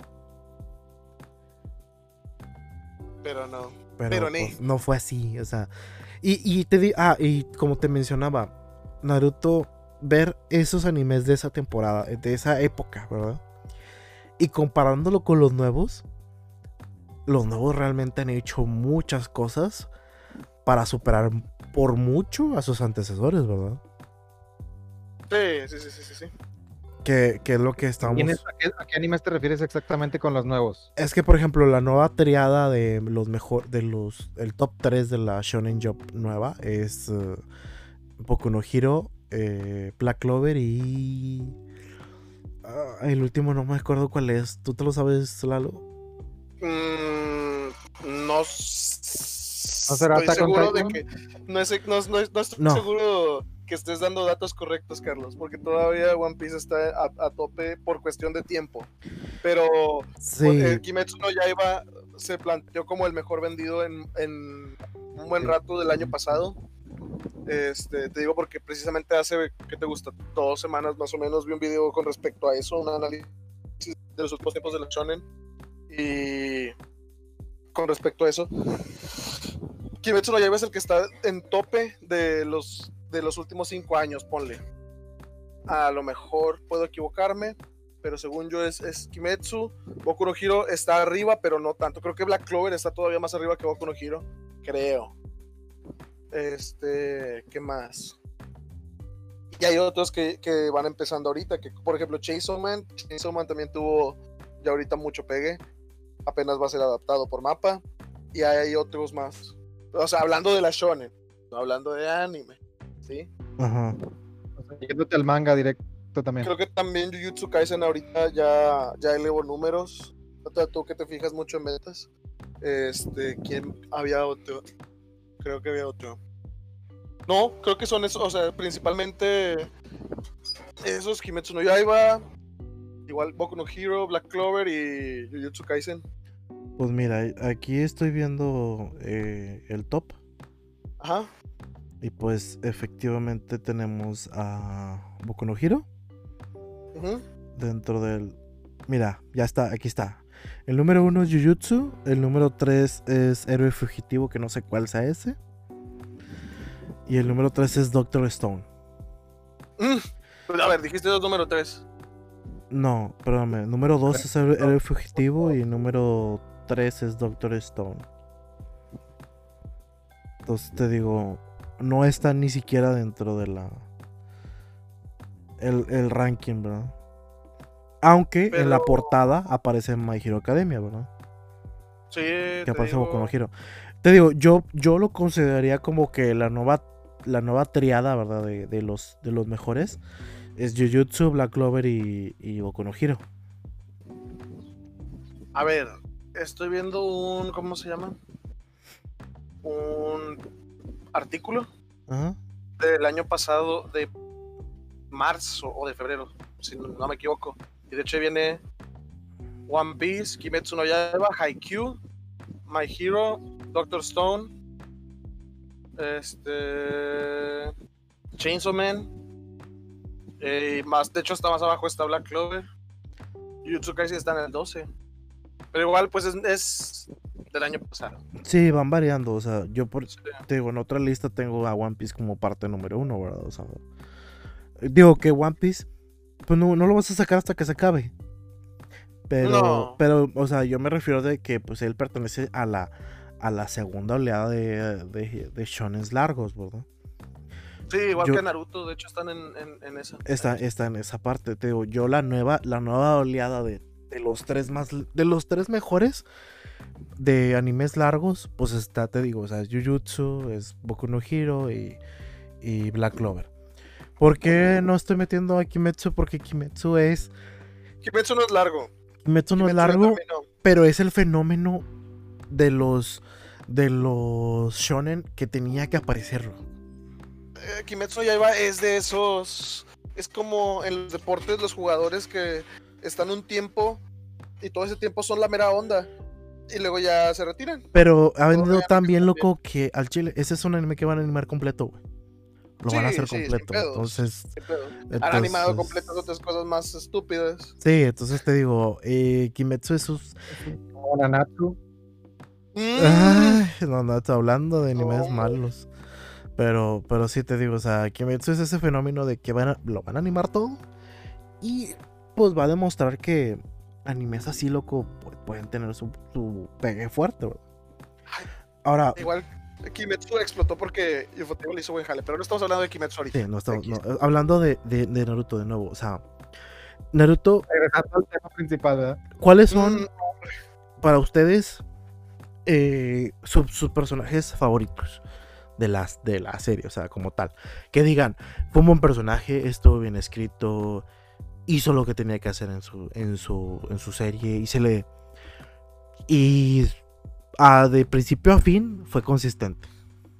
Speaker 2: Pero no.
Speaker 1: Pero,
Speaker 2: Pero ni.
Speaker 1: pues, no fue así, o sea. Y, y te di, ah, y como te mencionaba, Naruto, ver esos animes de esa temporada, de esa época, ¿verdad? Y comparándolo con los nuevos, los nuevos realmente han hecho muchas cosas para superar por mucho a sus antecesores, ¿verdad?
Speaker 2: Sí, sí, sí, sí, sí, sí.
Speaker 1: Que, que es lo que estamos...
Speaker 3: ¿Tienes- ¿A qué, a qué animes te refieres exactamente con los nuevos?
Speaker 1: Es que, por ejemplo, la nueva triada de los mejor, de los, el top tres de la Shonen Jump nueva es uh, Boku no Hero, eh, Black Clover y... ah, el último no me acuerdo cuál es. ¿Tú te lo sabes, Lalo?
Speaker 2: Mm, no s-
Speaker 3: será
Speaker 2: estoy
Speaker 3: Attack on
Speaker 2: seguro de
Speaker 3: Titan?
Speaker 2: que no, es- no, no- no estoy
Speaker 1: No.
Speaker 2: seguro que estés dando datos correctos, Carlos, porque todavía One Piece está a, a tope por cuestión de tiempo. Pero
Speaker 1: Sí.
Speaker 2: eh, Kimetsu no Yaiba se planteó como el mejor vendido en, en un buen rato del año pasado. Este, te digo porque precisamente hace, ¿qué te gusta? Dos semanas más o menos vi un video con respecto a eso, un análisis de los últimos tiempos de la Shonen. Y con respecto a eso, Kimetsu no Yaiba es el que está en tope de los, de los últimos cinco años, ponle. A lo mejor puedo equivocarme, pero según yo es, es Kimetsu. Boku no Hero está arriba, pero no tanto. Creo que Black Clover está todavía más arriba que Boku no Hero, creo. Este, ¿qué más? Y hay otros que, que van empezando ahorita, que por ejemplo Chainsaw Man, Chainsaw Man también tuvo ya ahorita mucho pegue, apenas va a ser adaptado por Mappa, y hay otros más. O sea, hablando de la shonen, no hablando de anime, ¿sí?
Speaker 1: Ajá.
Speaker 3: O sea, yéndote al manga directo también.
Speaker 2: Creo que también Jujutsu Kaisen ahorita ya, ya elevó números. Tú que te fijas mucho en metas. Este, ¿quién había otro? Creo que había otro. No, creo que son esos, o sea, principalmente esos, Kimetsu no Yaiba, igual Boku no Hero, Black Clover y Jujutsu Kaisen.
Speaker 1: Pues mira, aquí estoy viendo eh, el top.
Speaker 2: Ajá.
Speaker 1: Y pues efectivamente tenemos a Boku no Hero
Speaker 2: Uh-huh.
Speaker 1: dentro del... Mira, ya está, aquí está. El número uno es Jujutsu, el número tres es Héroe Fugitivo, que no sé cuál sea ese. Y el número tres es Doctor Stone.
Speaker 2: Mm. A ver, dijiste dos número tres.
Speaker 1: No, perdóname. Número dos es Héroe, Héroe Fugitivo y número tres es Doctor Stone. Entonces te digo, no está ni siquiera dentro de la... El, el ranking, ¿verdad? Aunque
Speaker 2: Pero...
Speaker 1: en la portada aparece My Hero Academia, ¿verdad?
Speaker 2: Sí,
Speaker 1: Que
Speaker 2: te
Speaker 1: aparece
Speaker 2: digo...
Speaker 1: Boku no Hero. Te digo, yo, yo lo consideraría como que la nueva, la nueva triada, ¿verdad? De, de, los, de los mejores. Es Jujutsu, Black Clover y, y Boku no Hero.
Speaker 2: A ver, estoy viendo un... ¿Cómo se llama? Un artículo
Speaker 1: Ajá.
Speaker 2: del año pasado, de marzo o de febrero, si no, no me equivoco. Y de hecho viene One Piece, Kimetsu no Yaiba, Haikyuu, My Hero, Doctor Stone, este, Chainsaw Man, eh, más, de hecho hasta más abajo está Black Clover. Jujutsu Kaisen está en el doce. Pero igual pues es, es del año pasado.
Speaker 1: Sí, van variando. O sea, yo por,
Speaker 2: Sí.
Speaker 1: te digo, en otra lista tengo a One Piece como parte número uno, ¿verdad? O sea, digo que One Piece, pues no, no lo vas a sacar hasta que se acabe. Pero,
Speaker 2: No.
Speaker 1: pero, o sea, yo me refiero de que pues él pertenece a la, a la segunda oleada de, de, de shonens largos, ¿verdad?
Speaker 2: Sí, igual
Speaker 1: Yo-
Speaker 2: que Naruto, de hecho están en, en, en esa.
Speaker 1: Está, está en esa parte, te digo, yo la nueva, la nueva oleada de, de los tres más, de los tres mejores de animes largos, pues está, te digo, o sea, es Jujutsu, es Boku no Hero y, y Black Clover. ¿Por qué no estoy metiendo a Kimetsu? Porque Kimetsu es,
Speaker 2: Kimetsu no es largo.
Speaker 1: Kimetsu no es
Speaker 2: Kimetsu ya
Speaker 1: largo,
Speaker 2: terminó.
Speaker 1: pero es el fenómeno de los, de los shonen que tenía que aparecer.
Speaker 2: Eh, Kimetsu no Yaiba es de esos es como en los deportes los jugadores que están un tiempo y todo ese tiempo son la mera onda y luego ya se retiran.
Speaker 1: Pero ha vendido
Speaker 2: Obviamente
Speaker 1: tan bien,
Speaker 2: también.
Speaker 1: loco, que al chile, ese es un anime que van a animar completo, güey. Lo van a
Speaker 2: Sí,
Speaker 1: hacer
Speaker 2: sí, sin
Speaker 1: completo.
Speaker 2: pedos,
Speaker 1: Entonces,
Speaker 2: sin pedo. Han
Speaker 1: entonces-
Speaker 2: animado completas otras cosas más estúpidas.
Speaker 1: sí, entonces te digo, eh, Kimetsu es sus...
Speaker 3: Como Nanatsu.
Speaker 2: Mm,
Speaker 1: Ay, no, no, estoy hablando de animes
Speaker 2: No.
Speaker 1: malos. Pero, pero sí te digo, o sea, Kimetsu es ese fenómeno de que van a- lo van a animar todo. Y pues va a demostrar que animes así, loco, pues, pueden tener su, su pegue fuerte, ¿verdad? Ahora,
Speaker 2: Igual Kimetsu explotó porque Ufotable le hizo buen jale, pero no estamos hablando de Kimetsu ahorita.
Speaker 1: sí, no estamos,
Speaker 2: X.
Speaker 1: no, hablando de, de- de Naruto de nuevo, o sea, Naruto,
Speaker 3: Regresando al tema principal, ¿verdad?
Speaker 1: ¿cuáles son
Speaker 2: Mm,
Speaker 1: para ustedes eh, sus, sus personajes favoritos de, las, de la serie? O sea, como tal. Que digan, fue un buen personaje, estuvo bien escrito, hizo lo que tenía que hacer en su, en su, en su serie y se le... Y ah, de principio a fin fue consistente.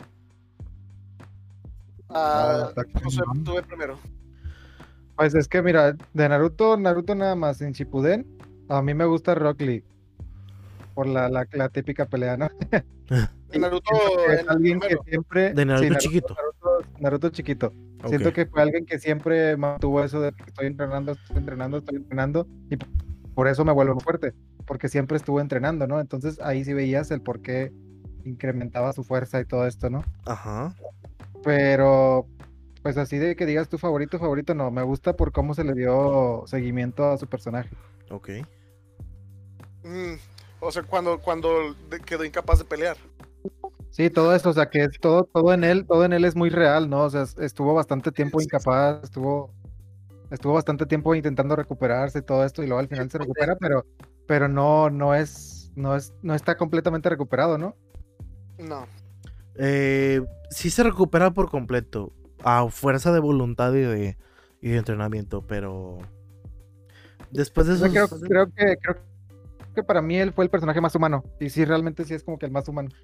Speaker 2: ah,
Speaker 3: está
Speaker 2: Josué,
Speaker 3: cañón.
Speaker 2: tuve primero.
Speaker 3: Pues es que mira, de Naruto, Naruto nada más, en Shippuden, a mí me gusta Rock Lee. Por la, la, la típica pelea, ¿no?
Speaker 2: De Naruto
Speaker 3: Siento que es
Speaker 2: en
Speaker 3: alguien que
Speaker 2: primero.
Speaker 3: siempre.
Speaker 1: De Naruto
Speaker 3: sí,
Speaker 1: chiquito.
Speaker 3: Naruto, Naruto chiquito.
Speaker 1: Ok.
Speaker 3: Siento que fue alguien que siempre mantuvo eso de que estoy entrenando, estoy entrenando, estoy entrenando. Y por eso me vuelvo fuerte. Porque siempre estuvo entrenando, ¿no? Entonces ahí sí veías el por qué incrementaba su fuerza y todo esto, ¿no?
Speaker 1: Ajá.
Speaker 3: Pero, pues así de que digas tu favorito, favorito, no. Me gusta por cómo se le dio seguimiento a su personaje.
Speaker 1: Ok.
Speaker 2: Mm, o sea, cuando, cuando de- quedó incapaz de pelear.
Speaker 3: Sí, todo esto, o sea, que es todo, todo en él, todo en él es muy real, ¿no? O sea, es- estuvo bastante tiempo
Speaker 2: Sí, sí,
Speaker 3: incapaz, estuvo, estuvo bastante tiempo intentando recuperarse y todo esto, y luego al final se recupera, pero, pero no, no es, no es, no está completamente recuperado, ¿no?
Speaker 2: No.
Speaker 1: Eh, sí se recupera por completo. A fuerza de voluntad y de, y de entrenamiento. Pero después de
Speaker 3: O sea,
Speaker 1: esos...
Speaker 3: creo, creo que, creo que para mí él fue el personaje más humano, y sí, realmente sí es como que el más humano.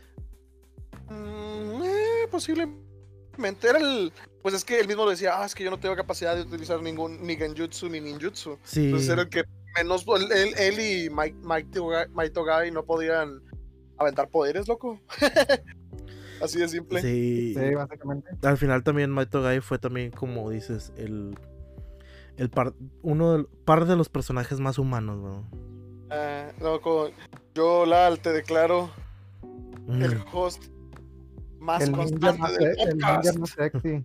Speaker 2: Mm, eh, posiblemente. Era el. Pues es que él mismo decía, ah, es que yo no tengo capacidad de utilizar ningún ni genjutsu ni ninjutsu.
Speaker 1: Sí.
Speaker 2: Entonces era el que menos. Él, él, él y Mike, Mike, Toga- Mike Togai no podían aventar poderes, loco. Así de simple.
Speaker 1: Sí.
Speaker 3: Sí, básicamente.
Speaker 1: Al final también Maito Gai fue también, como dices, el, el par, uno del par de los personajes más humanos, ¿no?
Speaker 2: Ah, loco, yo, Lal, te declaro
Speaker 1: Mm.
Speaker 2: el host más
Speaker 3: El ninja
Speaker 2: constante
Speaker 3: más,
Speaker 2: del
Speaker 3: el ninja
Speaker 2: podcast.
Speaker 3: más sexy.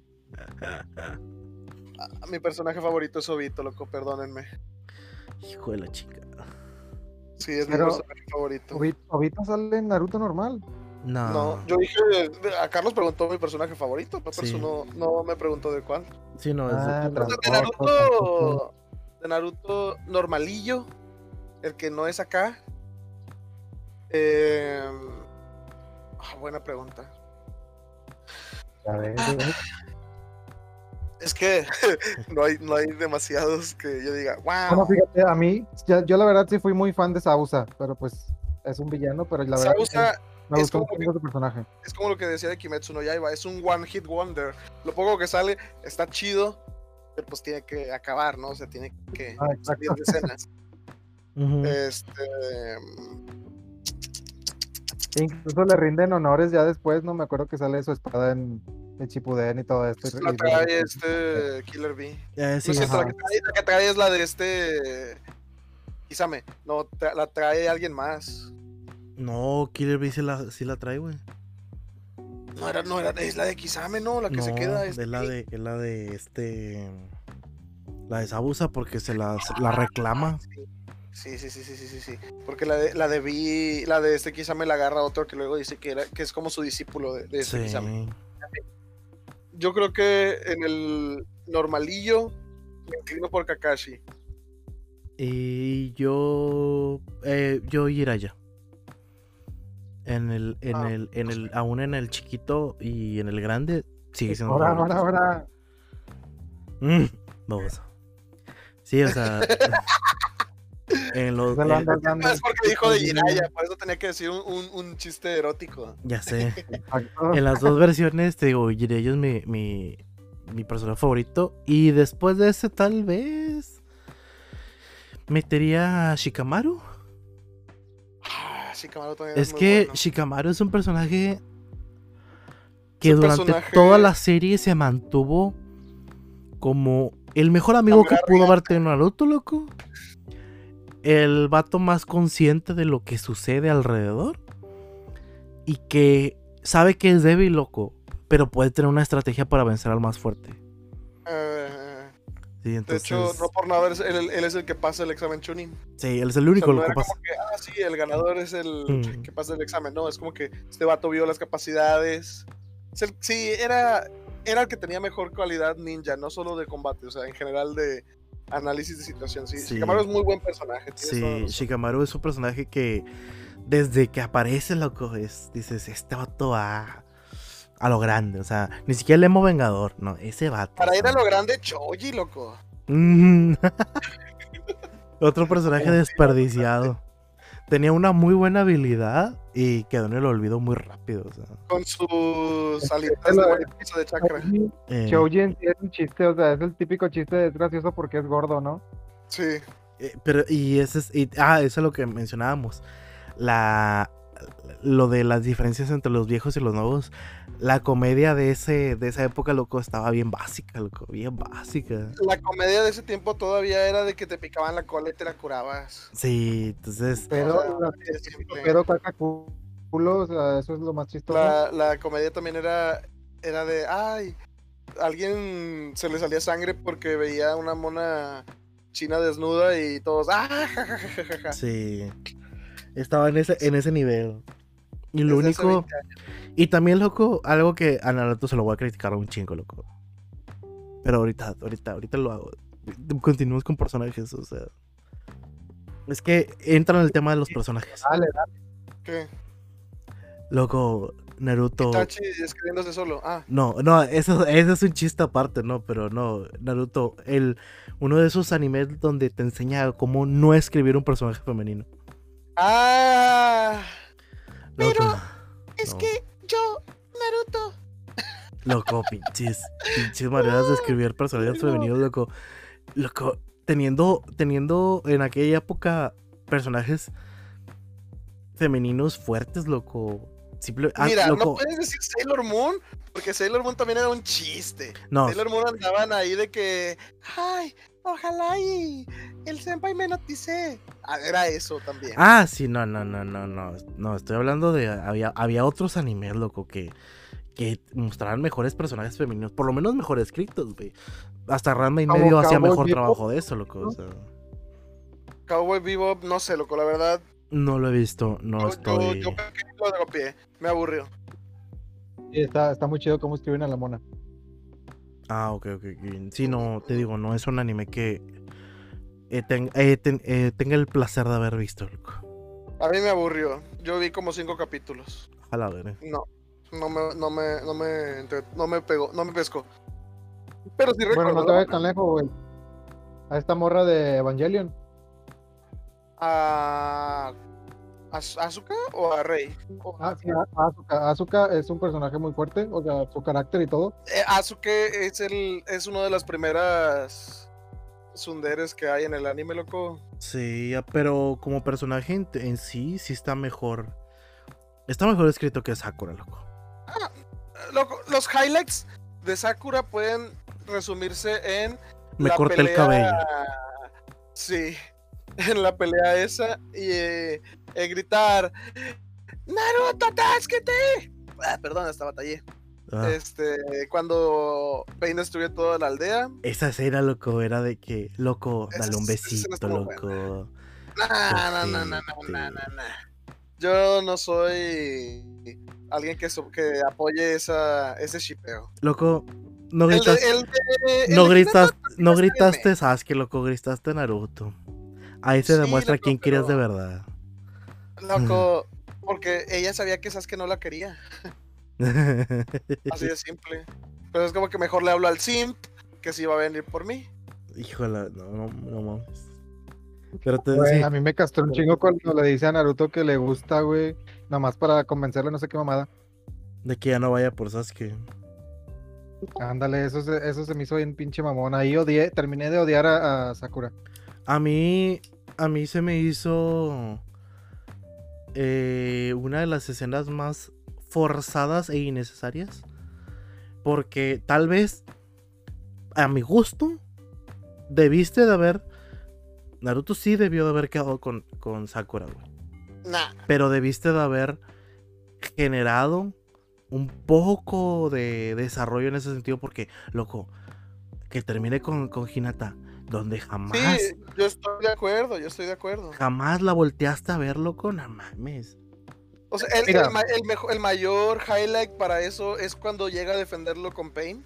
Speaker 2: Ah, mi personaje favorito es Obito, loco, perdónenme.
Speaker 1: Hijo de la chica.
Speaker 2: Sí, es
Speaker 3: Pero-
Speaker 2: mi personaje favorito.
Speaker 3: Obi- Obito sale en Naruto normal.
Speaker 1: No.
Speaker 2: No, yo dije, a Carlos preguntó mi personaje favorito, pero
Speaker 1: Sí.
Speaker 2: no, no me preguntó de cuál.
Speaker 1: Sí, no, es
Speaker 3: Ah,
Speaker 1: de-
Speaker 2: De
Speaker 3: Tampoco,
Speaker 2: Naruto,
Speaker 3: tampoco.
Speaker 2: de Naruto normalillo, el que no es acá. Eh, ah, buena pregunta.
Speaker 3: A ver,
Speaker 2: Es que no hay, no hay demasiados que yo diga,
Speaker 3: Bueno,
Speaker 2: wow.
Speaker 3: fíjate, a mí, ya- yo la verdad sí fui muy fan de Sausa, pero pues es un villano, pero la verdad
Speaker 2: Sausa
Speaker 3: sí, me
Speaker 2: es
Speaker 3: gustó
Speaker 2: como
Speaker 3: mucho su personaje.
Speaker 2: es como lo que decía de Kimetsu no Yaiba, es un one hit wonder. Lo poco que sale está chido, pero pues tiene que acabar, ¿no? O sea, tiene que
Speaker 3: Ah,
Speaker 2: salir
Speaker 3: exacto.
Speaker 2: de escenas.
Speaker 1: Ujú.
Speaker 2: Este,
Speaker 3: Incluso le rinden honores ya después, no me acuerdo que sale su espada en, en Shippuden y todo esto. y-
Speaker 2: la
Speaker 3: y-
Speaker 2: trae este Killer Bee.
Speaker 1: Eh, sí,
Speaker 2: No es cierto, la
Speaker 3: ajá.
Speaker 2: que, trae, la que trae es la de este Kisame. No, tra- la trae alguien más.
Speaker 1: no, Killer Bee sí la, sí la trae, güey.
Speaker 2: No era, no era, es la de Kisame, ¿no? La que
Speaker 1: No,
Speaker 2: se queda es
Speaker 1: es la de, es la de este... La de Sabusa porque se la, se la reclama.
Speaker 2: Sí, sí, sí, sí, sí, sí, sí. Porque la de, la de Vi, la de este Kisame la agarra otro que luego dice que era, que es como su discípulo de, de este Kisame.
Speaker 1: Sí.
Speaker 2: Yo creo que en el normalillo me inclino por Kakashi.
Speaker 1: Y yo... Eh, yo Jiraiya. En el, en
Speaker 2: Ah,
Speaker 1: el, en el, aún en el chiquito y en el grande, sigue siendo
Speaker 3: Ahora,
Speaker 1: favorito.
Speaker 3: ahora, ahora.
Speaker 1: Mm, vamos. Sí, o sea. en los,
Speaker 3: Se lo
Speaker 1: en-
Speaker 3: andas dando.
Speaker 2: No es porque dijo de Jiraiya, por eso tenía que decir un, un, un chiste erótico.
Speaker 1: ya sé.
Speaker 3: Exacto.
Speaker 1: En las dos versiones, te digo, Jiraiya es mi, mi, mi personaje favorito. Y después de ese, tal vez metería a Shikamaru.
Speaker 2: Ah, Shikamaru también
Speaker 1: Es
Speaker 2: es muy
Speaker 1: que
Speaker 2: bueno.
Speaker 1: Shikamaru es un personaje que
Speaker 2: Es un
Speaker 1: durante
Speaker 2: personaje-
Speaker 1: toda la serie se mantuvo como el mejor amigo que
Speaker 2: Samurai
Speaker 1: pudo
Speaker 2: Ryota.
Speaker 1: haber tenido Naruto, loco. El vato más consciente de lo que sucede alrededor. Y que sabe que es débil, loco. Pero puede tener una estrategia para vencer al más fuerte.
Speaker 2: Eh,
Speaker 1: Sí,
Speaker 2: de
Speaker 1: entonces,
Speaker 2: hecho, no por nada, él, él- él es el que pasa el examen Chunin.
Speaker 1: sí, él es el
Speaker 2: O sea,
Speaker 1: único
Speaker 2: no
Speaker 1: loco
Speaker 2: era
Speaker 1: pasa.
Speaker 2: como que, ah, sí, el ganador es el
Speaker 1: Mm.
Speaker 2: que pasa el examen. No, es como que este vato vio las capacidades. Es el- sí, era, era el que tenía mejor calidad ninja, no solo de combate, o sea, en general de análisis de situación. Sí,
Speaker 1: Sí.
Speaker 2: Shikamaru es muy buen personaje. tienes toda la
Speaker 1: Sí,
Speaker 2: razón.
Speaker 1: Shikamaru es un personaje que desde que aparece, loco, es, dices, este vato va a lo grande. O sea, ni siquiera el emo vengador, no, ese vato.
Speaker 2: Para
Speaker 1: o
Speaker 2: ir
Speaker 1: sea.
Speaker 2: a lo grande, Choji, loco.
Speaker 1: Mm. Otro personaje desperdiciado. Tenía una muy buena habilidad y quedó en el olvido muy rápido. O sea,
Speaker 2: Con sus
Speaker 3: Es
Speaker 2: alitas
Speaker 3: lo
Speaker 2: de
Speaker 3: de-
Speaker 2: mariposa de chakra.
Speaker 3: Choji,
Speaker 1: eh,
Speaker 3: Choji en sí es un chiste, o sea, es el típico chiste, es gracioso porque es gordo, ¿no?
Speaker 2: Sí.
Speaker 1: eh, pero, y ese es. y- ah, eso es lo que mencionábamos. La. Lo de las diferencias entre los viejos y los nuevos. La comedia de ese de esa época, loco, estaba bien básica, loco. Bien básica.
Speaker 2: La comedia de ese tiempo todavía era de que te picaban la cola y te la curabas.
Speaker 1: Sí, entonces.
Speaker 3: Pero,
Speaker 2: O sea,
Speaker 3: la-
Speaker 2: así de simple.
Speaker 3: pero caca culo, o sea, eso es lo más chistoso.
Speaker 2: La, la comedia también era, era de, ay, alguien se le salía sangre porque veía una mona china desnuda y todos, ah, ja, ja, ja, ja, ja, ja".
Speaker 1: Sí. Estaba en ese, en ese nivel. Y lo
Speaker 2: Desde hace
Speaker 1: único.
Speaker 2: veinte años.
Speaker 1: Y también, loco, algo que a Naruto se lo voy a criticar un chingo, loco. Pero ahorita, ahorita, ahorita lo hago. Continuamos con personajes, o sea. Es que entra en el tema de los personajes.
Speaker 3: Dale, dale.
Speaker 2: ¿Qué?
Speaker 1: Loco, Naruto.
Speaker 2: Itachi escribiéndose solo. Ah,
Speaker 1: No, no, eso, eso es un chiste aparte, ¿no? Pero no, Naruto, el, uno de esos animes donde te enseña cómo no escribir un personaje femenino.
Speaker 2: ah,
Speaker 1: Loco,
Speaker 2: Pero es
Speaker 1: no.
Speaker 2: que yo, Naruto.
Speaker 1: Loco, pinches, pinches maneras de escribir personajes femeninos, loco. Loco, teniendo, teniendo en aquella época personajes femeninos fuertes, loco. Simple, ah,
Speaker 2: Mira,
Speaker 1: loco,
Speaker 2: no puedes decir Sailor Moon, porque Sailor Moon también era un chiste.
Speaker 1: no,
Speaker 2: Sailor Moon andaban ahí de que, ay, ojalá y el senpai me notice. Ah, era eso también.
Speaker 1: ah, sí, no, no, no, no, no, no, estoy hablando de, había, había otros animes, loco, que, que mostraban mejores personajes femeninos, por lo menos mejor escritos, güey. Hasta Ranma y
Speaker 3: Como
Speaker 1: medio hacía
Speaker 3: Cowboy
Speaker 1: mejor
Speaker 3: Bebop,
Speaker 1: trabajo de eso, loco, o sea,
Speaker 2: Cowboy Bebop, no sé, loco, la verdad.
Speaker 1: no lo he visto, no
Speaker 2: yo,
Speaker 1: estoy...
Speaker 2: yo, yo creo que lo dropeé, me aburrió.
Speaker 3: Sí, está, está muy chido cómo escriben a la mona.
Speaker 1: Ah, ok, ok, ok. Sí, no, te digo, no es un anime que eh, ten- eh, ten- eh, tenga el placer de haber visto, loco.
Speaker 2: A mí me aburrió. Yo vi como cinco capítulos.
Speaker 1: Ojalá ver, eh.
Speaker 2: No, no me, no me, no me, entre- no me pegó, no me pescó. Pero sí
Speaker 3: Bueno,
Speaker 2: recuerdo
Speaker 3: no te vayas tan lejos, güey. A esta morra de Evangelion.
Speaker 2: a, a Asuka o a Rey. O-
Speaker 3: Ah, sí, a- a Asuka. Asuka es un personaje muy fuerte, o sea, su carácter y todo.
Speaker 2: Eh, Asuke es el, es una de las primeras tsunderes que hay en el anime, loco.
Speaker 1: Sí, ah, pero como personaje en, en sí, sí está mejor. Está mejor escrito que Sakura, loco.
Speaker 2: Loco, los highlights de Sakura pueden resumirse en
Speaker 1: Me
Speaker 2: la
Speaker 1: corté el
Speaker 2: pelea-
Speaker 1: cabello.
Speaker 2: Sí, en la pelea esa y eh, eh, gritar Naruto, tásquete. Ah, perdón, hasta batallé.
Speaker 1: Ah,
Speaker 2: Este, cuando Pain destruye toda la aldea.
Speaker 1: esa escena, loco, era de que, loco,
Speaker 2: Esa-
Speaker 1: dale un
Speaker 2: esa escena
Speaker 1: besito,
Speaker 2: estuvo
Speaker 1: loco.
Speaker 2: Nah, nah, nah, nah, nah,
Speaker 1: Ojete.
Speaker 2: nah, nah, nah. Yo no soy alguien que, so- que apoye esa, ese shipeo.
Speaker 1: Loco, no
Speaker 2: El de,
Speaker 1: gritas,
Speaker 2: el de- el
Speaker 1: no
Speaker 2: de
Speaker 1: gritas,
Speaker 2: Hinata
Speaker 1: no
Speaker 2: está bien,
Speaker 1: gritaste Sasuke, loco, gritaste Naruto. Ahí se
Speaker 2: Sí,
Speaker 1: demuestra
Speaker 2: loco,
Speaker 1: quién querías de
Speaker 2: pero-
Speaker 1: verdad.
Speaker 2: Loco, porque ella sabía que Sasuke no la quería. Así de simple. Pero es como que mejor le hablo al simp que si va a venir por mí.
Speaker 1: Híjole, no, no, no mames. Pero te
Speaker 3: Güey,
Speaker 1: sí,
Speaker 3: a mí me castró un chingo cuando le dice a Naruto que le gusta, güey. Nada más para convencerle, no sé qué mamada.
Speaker 1: de que ya no vaya por Sasuke.
Speaker 3: Ándale, eso se, eso se me hizo bien pinche mamón. Ahí odié, terminé de odiar a, a Sakura.
Speaker 1: A mí, a mí se me hizo eh, una de las escenas más forzadas e innecesarias. Porque tal vez, a mi gusto, debiste de haber... Naruto sí debió de haber quedado con, con Sakura, güey.
Speaker 2: Nah.
Speaker 1: Pero debiste de haber generado un poco de desarrollo en ese sentido. Porque, loco, que termine con, con Hinata, donde jamás,
Speaker 2: Sí, yo estoy de acuerdo, yo estoy de acuerdo.
Speaker 1: jamás la volteaste a ver, loco, no mames.
Speaker 2: O sea, el,
Speaker 3: Mira.
Speaker 2: el, ma- el mejo- el mayor highlight para eso es cuando llega a defenderlo con Pain.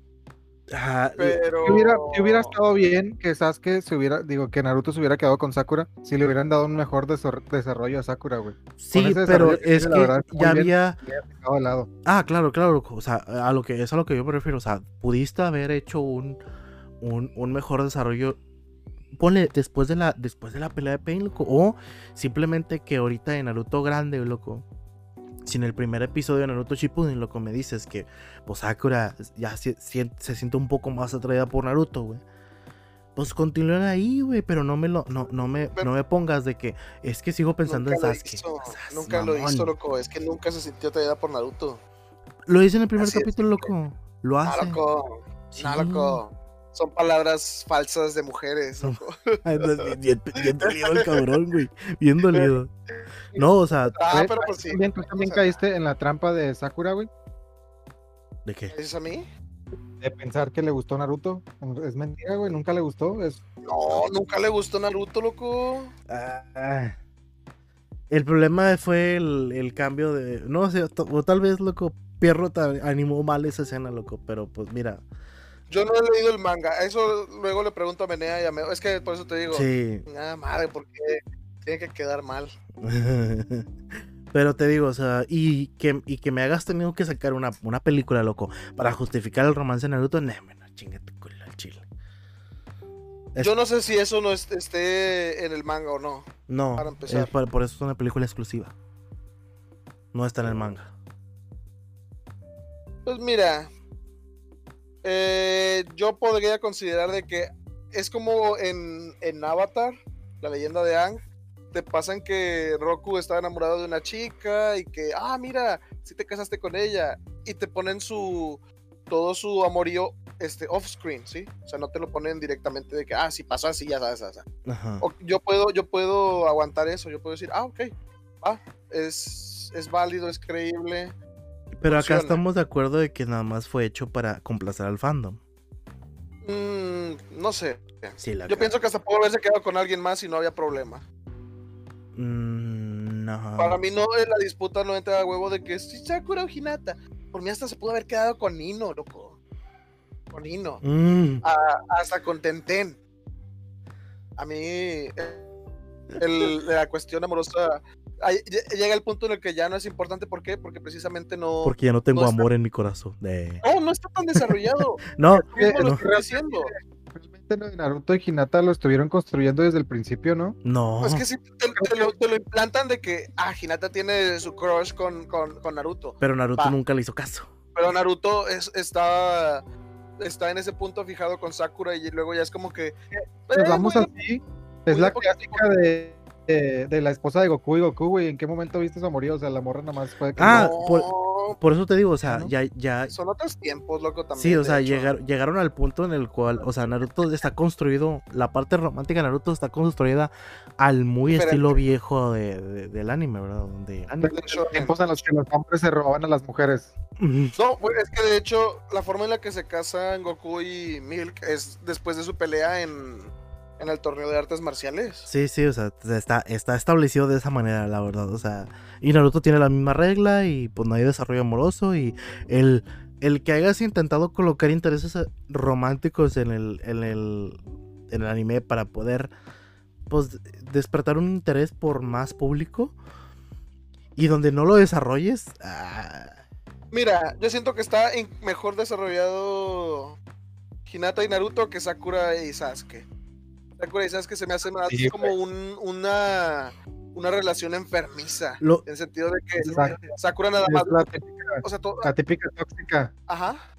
Speaker 1: Ah,
Speaker 2: Pero.
Speaker 3: Si hubiera, si hubiera estado bien que Sasuke se hubiera, digo, que Naruto se hubiera quedado con Sakura, si le hubieran dado un mejor desor- desarrollo a Sakura, güey.
Speaker 1: sí,
Speaker 3: ese
Speaker 1: pero
Speaker 3: desarrollo que
Speaker 1: es
Speaker 3: tiene, la
Speaker 1: que
Speaker 3: verdad, está
Speaker 1: ya
Speaker 3: muy bien.
Speaker 1: había...
Speaker 3: Le hubieran dejado de lado.
Speaker 1: Ah, claro, claro, loco. O sea, a lo que es a lo que yo me refiero. O sea, pudiste haber hecho un, un, un mejor desarrollo. Ponle después de la después de la pelea de Pain, loco. O simplemente que ahorita en Naruto grande, loco. Si en el primer episodio de Naruto Shippuden, loco, me dices que pues Sakura ya se, se, se siente un poco más atraída por Naruto, güey. Pues continúen ahí, güey, pero no me lo no, no me
Speaker 2: Pero-
Speaker 1: no me pongas de que es que sigo pensando
Speaker 2: Nunca
Speaker 1: en
Speaker 2: lo
Speaker 1: Sasuke.
Speaker 2: hizo,
Speaker 1: O sea, es
Speaker 2: nunca lo
Speaker 1: mamón.
Speaker 2: hizo, loco. Es que nunca se sintió atraída por Naruto.
Speaker 1: Lo dice en el primer
Speaker 2: Así es,
Speaker 1: capítulo, loco. Lo
Speaker 2: Ah,
Speaker 1: hace.
Speaker 2: loco.
Speaker 1: Sí.
Speaker 2: No, loco. Son palabras falsas de mujeres,
Speaker 1: Son-
Speaker 2: loco.
Speaker 1: Andas bien, bien, bien dolido el cabrón, güey. Bien dolido. No, o sea,
Speaker 2: Ah,
Speaker 3: Güey,
Speaker 2: pero pues sí.
Speaker 3: También, ¿tú también
Speaker 2: O sea,
Speaker 3: caíste en la trampa de Sakura, güey?
Speaker 1: ¿de qué?
Speaker 2: ¿me dices a mí?
Speaker 3: De pensar que le gustó Naruto. Es mentira, güey, nunca le gustó. Es...
Speaker 2: No, nunca le gustó Naruto, loco.
Speaker 1: Ah, el problema fue el, el cambio de. No sé, t- o tal vez, loco, Pierro te animó mal esa escena, loco. Pero pues mira,
Speaker 2: Yo no he leído el manga. Eso luego le pregunto a Menea y a Meo. Es que por eso te digo.
Speaker 1: sí.
Speaker 2: Ah, madre, ¿por qué tiene que quedar mal?
Speaker 1: Pero te digo, o sea, y que, y que me hagas tenido que sacar una, una película, loco, para justificar el romance de Naruto. No, no, chingate culo al chile. Es-
Speaker 2: Yo no sé si eso no est- esté en el manga o no.
Speaker 1: No,
Speaker 2: para empezar.
Speaker 1: es por, por eso es una película exclusiva. No está en el manga.
Speaker 2: Pues mira, eh, yo podría considerar de que es como en, en Avatar, la leyenda de Aang, te pasan que Roku está enamorado de una chica y que, ah, mira, si te casaste con ella, y te ponen su, todo su amorío este, off-screen, ¿sí? O sea, no te lo ponen directamente de que, ah, si pasó así, ya sabes, ya sabes.
Speaker 1: Ajá.
Speaker 2: O- yo puedo, yo puedo aguantar eso, yo puedo decir, ah, ok, ah, es, es válido, es creíble.
Speaker 1: Pero acá
Speaker 2: funciona.
Speaker 1: estamos de acuerdo de que nada más fue hecho para complacer al fandom.
Speaker 2: Mm, no sé.
Speaker 1: Sí, la
Speaker 2: Yo pienso que hasta pudo haberse quedado con alguien más y no había problema.
Speaker 1: Mm, no.
Speaker 2: Para mí no, en la disputa no entra a huevo de que si Sakura o Hinata. Por mí hasta se pudo haber quedado con Nino, loco. Con Nino.
Speaker 1: Mm,
Speaker 2: A- hasta con Tenten. A mí eh, el- la cuestión amorosa ahí lle- llega el punto en el que ya no es importante. ¿Por qué? Porque precisamente no...
Speaker 1: porque ya no tengo
Speaker 2: no está-
Speaker 1: amor en mi corazón. De...
Speaker 2: No, no está tan desarrollado.
Speaker 1: No,
Speaker 2: Tú mismo lo
Speaker 1: no,
Speaker 2: estás diciendo.
Speaker 3: Realmente lo de Naruto y Hinata lo estuvieron construyendo desde el principio, ¿no?
Speaker 1: no.
Speaker 2: Es que si te, te lo, te lo implantan de que, ah, Hinata tiene su crush con, con, con Naruto.
Speaker 1: Pero Naruto
Speaker 2: Va.
Speaker 1: nunca le hizo caso.
Speaker 2: Pero Naruto es, está, está en ese punto fijado con Sakura y luego ya es como que...
Speaker 3: Pues
Speaker 2: eh,
Speaker 3: vamos
Speaker 2: güey,
Speaker 3: así. Es
Speaker 2: muy
Speaker 3: la
Speaker 2: de poquito
Speaker 3: clásica de, de, de la esposa de Goku y Goku, güey. ¿En qué momento viste su amorío? O sea, la morra nada más fue... que
Speaker 1: Ah,
Speaker 2: no,
Speaker 1: por- Por eso te digo, o sea,
Speaker 3: ¿no?
Speaker 1: ya, ya.
Speaker 2: son otros tiempos, loco, también.
Speaker 1: Sí, o
Speaker 2: de
Speaker 1: sea,
Speaker 2: hecho.
Speaker 1: llegar, llegaron al punto en el cual, o sea, Naruto está construido, la parte romántica de Naruto está construida al muy
Speaker 2: Diferente.
Speaker 1: estilo viejo de, de- del anime, ¿verdad? Donde...
Speaker 3: De los tiempos en los que los hombres se robaban a las mujeres.
Speaker 2: No, pues, es que de hecho, la forma en la que se casan Goku y Milk es después de su pelea en, en el torneo de artes marciales.
Speaker 1: Sí, sí, o sea, está, está establecido de esa manera, la verdad, o sea, y Naruto tiene la misma regla y pues no hay desarrollo amoroso y el, el que hayas intentado colocar intereses románticos en el, en el, en el anime para poder, pues, despertar un interés por más público y donde no lo desarrolles, ah,
Speaker 2: Mira, yo siento que está en- mejor desarrollado Hinata y Naruto que Sakura y Sasuke. Sakura y Sasuke se me hace más
Speaker 3: Sí,
Speaker 2: como un, una, una relación enfermiza.
Speaker 1: Lo-
Speaker 2: En el sentido de que
Speaker 3: Exacto.
Speaker 2: Sakura nada más.
Speaker 3: Es la típica,
Speaker 2: O sea, to-
Speaker 3: la típica tóxica.
Speaker 2: ajá.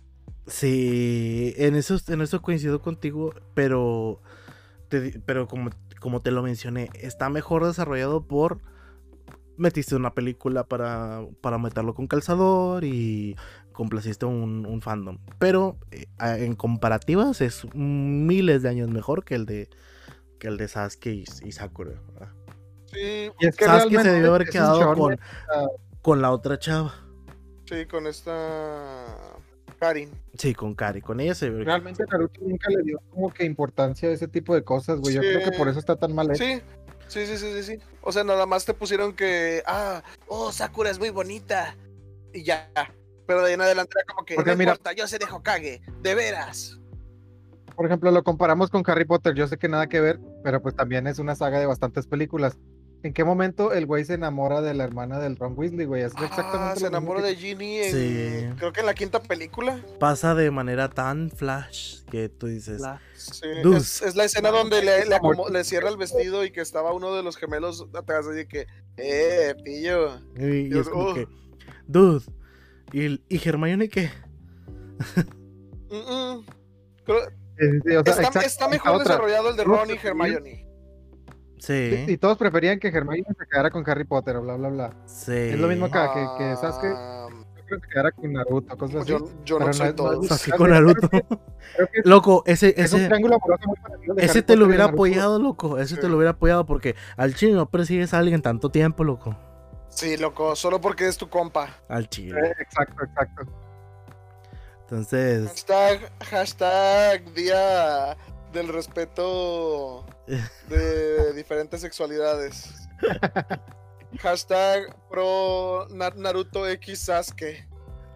Speaker 1: Sí, en eso, en eso coincido contigo, pero, te di- pero como, como te lo mencioné, está mejor desarrollado por metiste una película para, para meterlo con calzador y complaciste un, un fandom. Pero eh, a- en comparativas es miles de años mejor que el de que el de Sasuke y, y Sakura, ¿verdad?
Speaker 2: Sí,
Speaker 3: Y es que
Speaker 1: Sasuke se
Speaker 3: realmente
Speaker 1: debió haber
Speaker 3: es un
Speaker 1: quedado
Speaker 3: shonen,
Speaker 1: con,
Speaker 3: o sea,
Speaker 1: con la otra chava.
Speaker 2: sí, con esta Karin.
Speaker 1: Sí, con Kari. Con ella se debió haber quedado.
Speaker 3: realmente Naruto nunca le dio como que importancia a ese tipo de cosas, güey. Yo
Speaker 2: Sí.
Speaker 3: creo que por eso está tan mal hecho.
Speaker 2: Sí, sí, sí, sí, sí, sí. O sea, nada más te pusieron que, ah, oh, Sakura es muy bonita. Y ya. Pero de ahí en adelante era como que,
Speaker 3: Porque
Speaker 2: no
Speaker 3: mira-
Speaker 2: importa, yo se dejo Hokage, de veras.
Speaker 3: Por ejemplo, lo comparamos con Harry Potter. Yo sé que nada que ver, pero pues también es una saga de bastantes películas. ¿En qué momento el güey se enamora de la hermana del Ron Weasley, güey? Es
Speaker 2: Ah,
Speaker 3: exactamente
Speaker 2: se
Speaker 3: lo mismo
Speaker 2: enamoró
Speaker 3: que-
Speaker 2: de Ginny en,
Speaker 1: Sí.
Speaker 2: creo que en la quinta película.
Speaker 1: Pasa de manera tan flash que tú dices,
Speaker 2: Sí,
Speaker 1: Dude.
Speaker 2: es, es la escena donde le, le, acomo- le cierra el vestido y que estaba uno de los gemelos atrás de que, eh, pillo.
Speaker 1: y, y
Speaker 2: Yo,
Speaker 1: es como
Speaker 2: "Oh".
Speaker 1: que, dude, ¿y, y Hermione qué?
Speaker 2: Mm, mm. Creo-
Speaker 3: Sí, sí, sí, o sea,
Speaker 2: está,
Speaker 3: exacto,
Speaker 2: está
Speaker 3: esa
Speaker 2: mejor
Speaker 3: otra.
Speaker 2: desarrollado el de
Speaker 3: Todos
Speaker 2: Ron y
Speaker 3: preferían-
Speaker 2: Hermione.
Speaker 1: Sí,
Speaker 3: Y, y todos preferían que Hermione se quedara con Harry Potter, o bla, bla, bla.
Speaker 1: sí.
Speaker 3: Es lo mismo acá, que, que Sasuke
Speaker 2: Ah,
Speaker 3: que se quedara con Naruto, cosas así.
Speaker 2: yo, yo no
Speaker 3: pero
Speaker 2: soy
Speaker 3: es-
Speaker 2: todo.
Speaker 3: es-
Speaker 1: Sasuke
Speaker 3: creo
Speaker 1: con
Speaker 3: que-
Speaker 1: Naruto.
Speaker 3: creo que- creo que es-
Speaker 1: Loco, ese,
Speaker 3: es un
Speaker 1: ese,
Speaker 3: triángulo amoroso muy parecido al de
Speaker 1: ese
Speaker 3: Harry
Speaker 1: te
Speaker 3: Potter
Speaker 1: lo
Speaker 3: y
Speaker 1: hubiera
Speaker 3: Naruto.
Speaker 1: apoyado, loco. Ese
Speaker 2: Sí.
Speaker 1: te lo hubiera apoyado porque al chile no persigues a alguien tanto tiempo, loco.
Speaker 2: Sí, loco, solo porque es tu compa.
Speaker 1: Al
Speaker 3: Eh,
Speaker 1: chile.
Speaker 3: Exacto, exacto.
Speaker 1: Entonces,
Speaker 2: Hashtag, hashtag día del respeto de diferentes sexualidades. Hashtag pro Na- Naruto X Sasuke.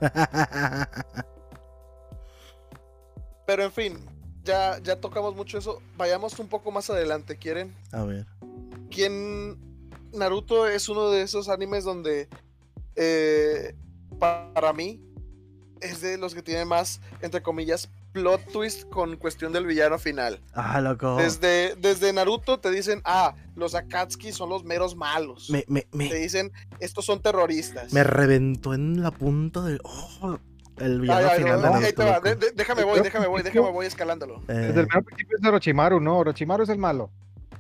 Speaker 2: Pero en fin, ya, ya tocamos mucho eso. Vayamos un poco más adelante, ¿quieren?
Speaker 1: a ver.
Speaker 2: ¿Quién? Naruto es uno de esos animes donde eh, para mí es de los que tiene más, entre comillas, plot twist con cuestión del villano final.
Speaker 1: Ah, loco.
Speaker 2: Desde, desde Naruto te dicen, ah, los Akatsuki son los meros malos.
Speaker 1: Me, me,
Speaker 2: Te
Speaker 1: me,
Speaker 2: dicen, estos son terroristas.
Speaker 1: me reventó en la punta del. Oh, el villano
Speaker 2: Ay, ay,
Speaker 1: final
Speaker 2: no,
Speaker 1: de
Speaker 2: ahí
Speaker 1: Naruto,
Speaker 2: te va,
Speaker 1: loco.
Speaker 2: de- de- déjame voy, déjame voy, déjame voy escalándolo.
Speaker 1: Eh,
Speaker 3: Desde el primer principio es Orochimaru, ¿no? Orochimaru es el malo.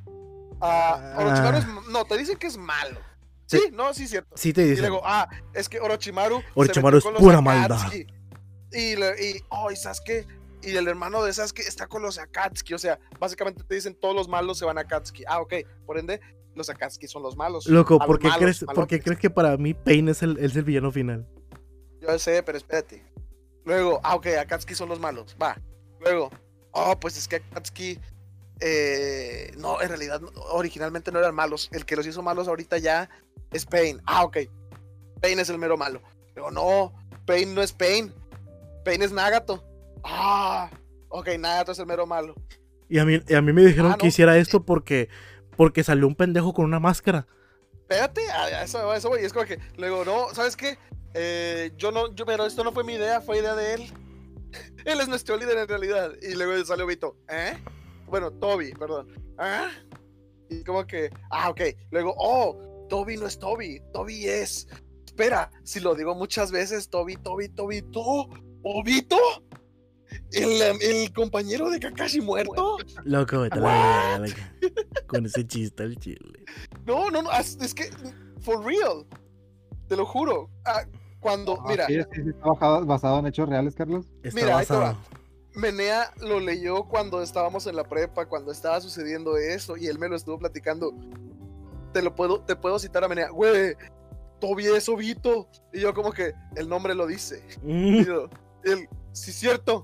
Speaker 2: Ah,
Speaker 1: Ah.
Speaker 2: Orochimaru es, no, te dicen que es malo.
Speaker 1: Sí.
Speaker 2: Sí, no, sí, cierto.
Speaker 1: sí te
Speaker 2: Y
Speaker 1: dicen.
Speaker 2: luego, ah, es que Orochimaru. se
Speaker 1: Orochimaru
Speaker 2: metió
Speaker 1: es
Speaker 2: con los
Speaker 1: pura
Speaker 2: Akatsuki. Y, le- y, oh, y Sasuke. Y el hermano de Sasuke está con los Akatsuki. O sea, básicamente te dicen todos los malos se van a Akatsuki. Ah, ok. Por ende, los Akatsuki son los malos.
Speaker 1: Loco,
Speaker 2: A los
Speaker 1: ¿por qué,
Speaker 2: malos,
Speaker 1: crees, ¿por qué
Speaker 2: malotes.
Speaker 1: crees que para mí Pain es el, es el villano final?
Speaker 2: Yo sé, pero espérate. Luego, ah, ok, Akatsuki son los malos. Va. Luego, oh, pues es que Akatsuki. eh, no, en realidad, no, originalmente no eran malos. El que los hizo malos ahorita ya es Pain. Ah, ok. Pain es el mero malo. Luego, no, Pain no es Pain. Pain es Nagato. Ah, ok, Nagato es el mero malo.
Speaker 1: Y a mí, y a mí me dijeron
Speaker 2: Ah,
Speaker 1: que
Speaker 2: no.
Speaker 1: hiciera esto porque, porque salió un pendejo con una máscara.
Speaker 2: Espérate, a a eso, a eso voy. Es como que, luego, no, ¿sabes qué? Eh, yo no, yo, pero esto no fue mi idea, fue idea de él. Él es nuestro líder en realidad. Y luego salió Vito, ¿eh? Bueno, Toby, perdón. ¿Ah? Y como que, ah, ok. Luego, oh, Toby no es Toby, Toby es. Espera, si lo digo muchas veces, Toby, Toby, Toby, ¿tú? ¿Obito? ¿El, em, el compañero de Kakashi muerto?
Speaker 1: Loco, vete a la verga, loco. Con ese chiste al chile.
Speaker 2: No, no, no, es es que, for real. Te lo juro. Ah, cuando,
Speaker 3: Ah,
Speaker 2: mira,
Speaker 3: sí, sí, sí, está bajado- basado en hechos reales, Carlos.
Speaker 1: Está
Speaker 2: Mira, ahí te
Speaker 1: basado.
Speaker 2: va. Menea lo leyó cuando estábamos en la prepa, cuando estaba sucediendo eso, y él me lo estuvo platicando. Te lo puedo, te puedo citar a Menea, güey, Toby es Obito. Y yo como que el nombre lo dice.
Speaker 1: Mm,
Speaker 2: Y yo, él, sí, cierto.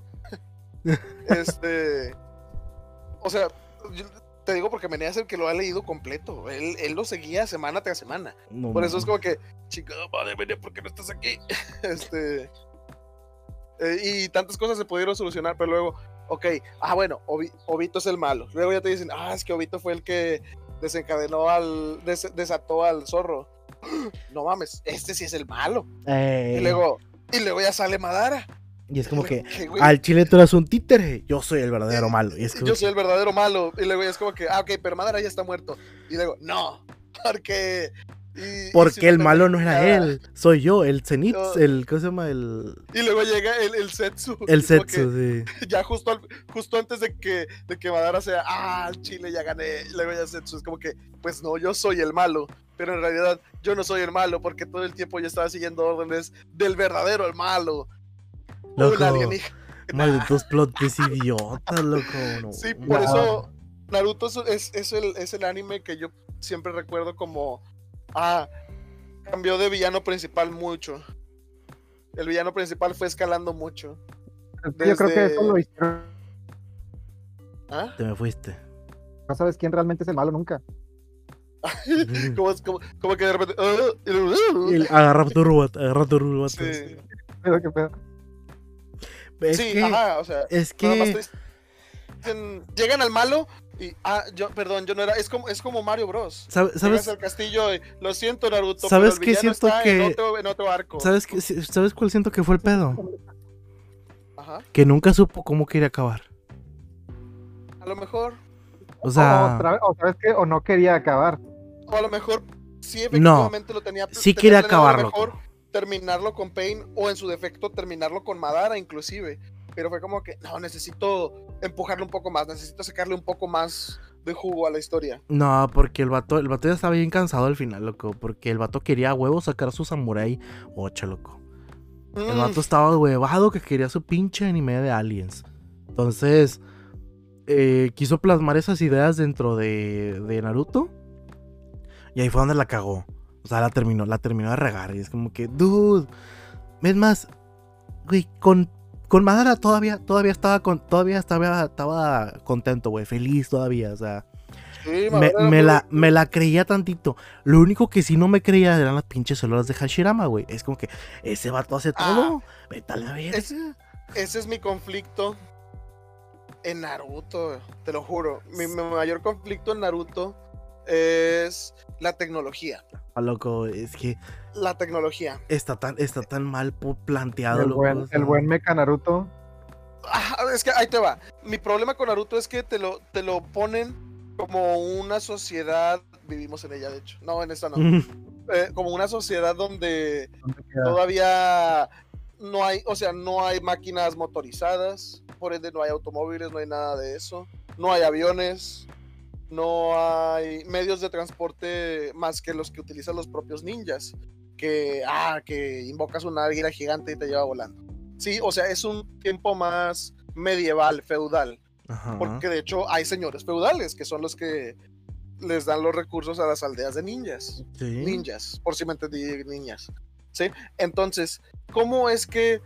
Speaker 2: este, o sea, yo te digo porque Menea es el que lo ha leído completo. Él, él lo seguía semana tras semana.
Speaker 1: no
Speaker 2: Por eso es
Speaker 1: mames.
Speaker 2: como que, chica, madre, Menea, ¿por qué no estás aquí? este, eh, y tantas cosas se pudieron solucionar, pero luego, ok, ah, bueno, Obi- Obito es el malo. Luego ya te dicen, ah, es que Obito fue el que desencadenó al, des- desató al zorro. No mames, este sí es el malo.
Speaker 1: Eh,
Speaker 2: Y luego, y luego ya sale Madara.
Speaker 1: y es como que
Speaker 2: ¿Qué, güey?
Speaker 1: al chile tú eras un títere. Yo soy el verdadero malo. Y es como
Speaker 2: Yo
Speaker 1: que-
Speaker 2: soy el verdadero malo. Y luego ya es como que, ah, ok, pero Madara ya está muerto. Y luego, no, porque Y, y
Speaker 1: Porque
Speaker 2: sin
Speaker 1: el malo no
Speaker 2: pendejada.
Speaker 1: era él, soy yo, el Zenitsu,
Speaker 2: No.
Speaker 1: el, ¿cómo se llama? El,
Speaker 2: Y luego llega el, el Setsu.
Speaker 1: el
Speaker 2: es como
Speaker 1: Setsu,
Speaker 2: que
Speaker 1: sí.
Speaker 2: ya justo, al- justo antes de que, de que Madara sea, ah, Chile, ya gané. Y luego ya Setsu es como que, pues no, yo soy el malo. Pero en realidad yo no soy el malo porque todo el tiempo yo estaba siguiendo órdenes del verdadero el malo.
Speaker 1: Loco,
Speaker 2: Un alienígena.
Speaker 1: malditos plot twists idiotas, loco. No.
Speaker 2: Sí, por
Speaker 3: Wow.
Speaker 2: eso Naruto es, es, es el, es el anime que yo siempre recuerdo como, ah, cambió de villano principal mucho. El villano principal fue escalando mucho.
Speaker 3: Yo creo que
Speaker 2: Desde-
Speaker 3: eso lo hicieron.
Speaker 2: ¿Ah?
Speaker 1: Te me fuiste.
Speaker 3: No sabes quién realmente es el malo nunca.
Speaker 2: como, como, como que de repente. "Ah", y luego,
Speaker 1: Y el- agarra tu robot, agarra tu robot.
Speaker 2: sí,
Speaker 3: Pero qué pedo.
Speaker 1: Es
Speaker 2: sí,
Speaker 1: que,
Speaker 2: ajá, o sea,
Speaker 1: es
Speaker 2: nada más
Speaker 1: que,
Speaker 2: te dicen- llegan al malo y, ah, yo, perdón, yo no era, es como, es como Mario Bros.
Speaker 1: ¿sabes?
Speaker 2: Llegas
Speaker 1: ¿Sabes?
Speaker 2: al castillo y, lo siento, Naruto,
Speaker 1: ¿Sabes
Speaker 2: pero
Speaker 1: qué
Speaker 2: el villano
Speaker 1: siento
Speaker 2: está
Speaker 1: que-
Speaker 2: en otro, en otro arco.
Speaker 1: ¿Sabes, qué- ¿Sabes cuál siento que fue el pedo?
Speaker 2: Ajá,
Speaker 1: Que nunca supo cómo quería acabar.
Speaker 2: a lo mejor,
Speaker 1: O sea,
Speaker 3: Otra vez- o sabes qué, o no quería acabar.
Speaker 2: o a lo mejor, sí, efectivamente lo tenía.
Speaker 1: sí
Speaker 2: tenía
Speaker 1: quería
Speaker 2: planeado a lo
Speaker 1: acabarlo.
Speaker 2: mejor terminarlo con Pain o en su defecto terminarlo con Madara inclusive, pero fue como que no, necesito empujarle un poco más, necesito sacarle un poco más de jugo a la historia.
Speaker 1: No, porque el vato, el vato ya estaba bien cansado al final, loco. Porque el vato quería a huevo sacar su Samurai ocho, loco. El
Speaker 2: Mm,
Speaker 1: vato estaba huevado que quería su pinche anime de aliens. Entonces, eh, quiso plasmar esas ideas dentro de, de Naruto. Y ahí fue donde la cagó. O sea, la terminó, la terminó de regar. Y es como que, dude. Es más, güey, con, con Madara todavía, todavía estaba con, todavía estaba, estaba contento, güey, feliz todavía. O sea,
Speaker 2: sí,
Speaker 1: me,
Speaker 2: Madara era
Speaker 1: me
Speaker 2: muy-
Speaker 1: la, me la creía tantito. Lo único que sí no me creía eran las pinches células de Hashirama, güey. Es como que ese vato hace todo. Vete a la verga.
Speaker 2: es- Ese es mi conflicto en Naruto, te lo juro. Mi, mi mayor conflicto en Naruto es la tecnología.
Speaker 1: Ah, loco, es que
Speaker 2: La tecnología.
Speaker 1: está tan, está tan mal po- planteado,
Speaker 3: El
Speaker 1: loco.
Speaker 3: buen,
Speaker 1: o sea.
Speaker 3: el buen Mecha Naruto.
Speaker 2: Ah, es que ahí te va. Mi problema con Naruto es que te lo, te lo ponen como una sociedad. Vivimos en ella, de hecho. No, en esta no. Eh, como una sociedad donde
Speaker 3: ¿Dónde queda?
Speaker 2: todavía no hay, o sea, no hay máquinas motorizadas, por ende no hay automóviles, no hay nada de eso, no hay aviones, no hay medios de transporte más que los que utilizan los propios ninjas, que, ah, que invocas una águila gigante y te lleva volando. Sí, o sea, es un tiempo más medieval, feudal,
Speaker 1: Ajá.
Speaker 2: porque de hecho hay señores feudales que son los que les dan los recursos a las aldeas de ninjas.
Speaker 1: Sí.
Speaker 2: Ninjas, por si me entendí, niñas. ¿Sí? Entonces, ¿cómo es que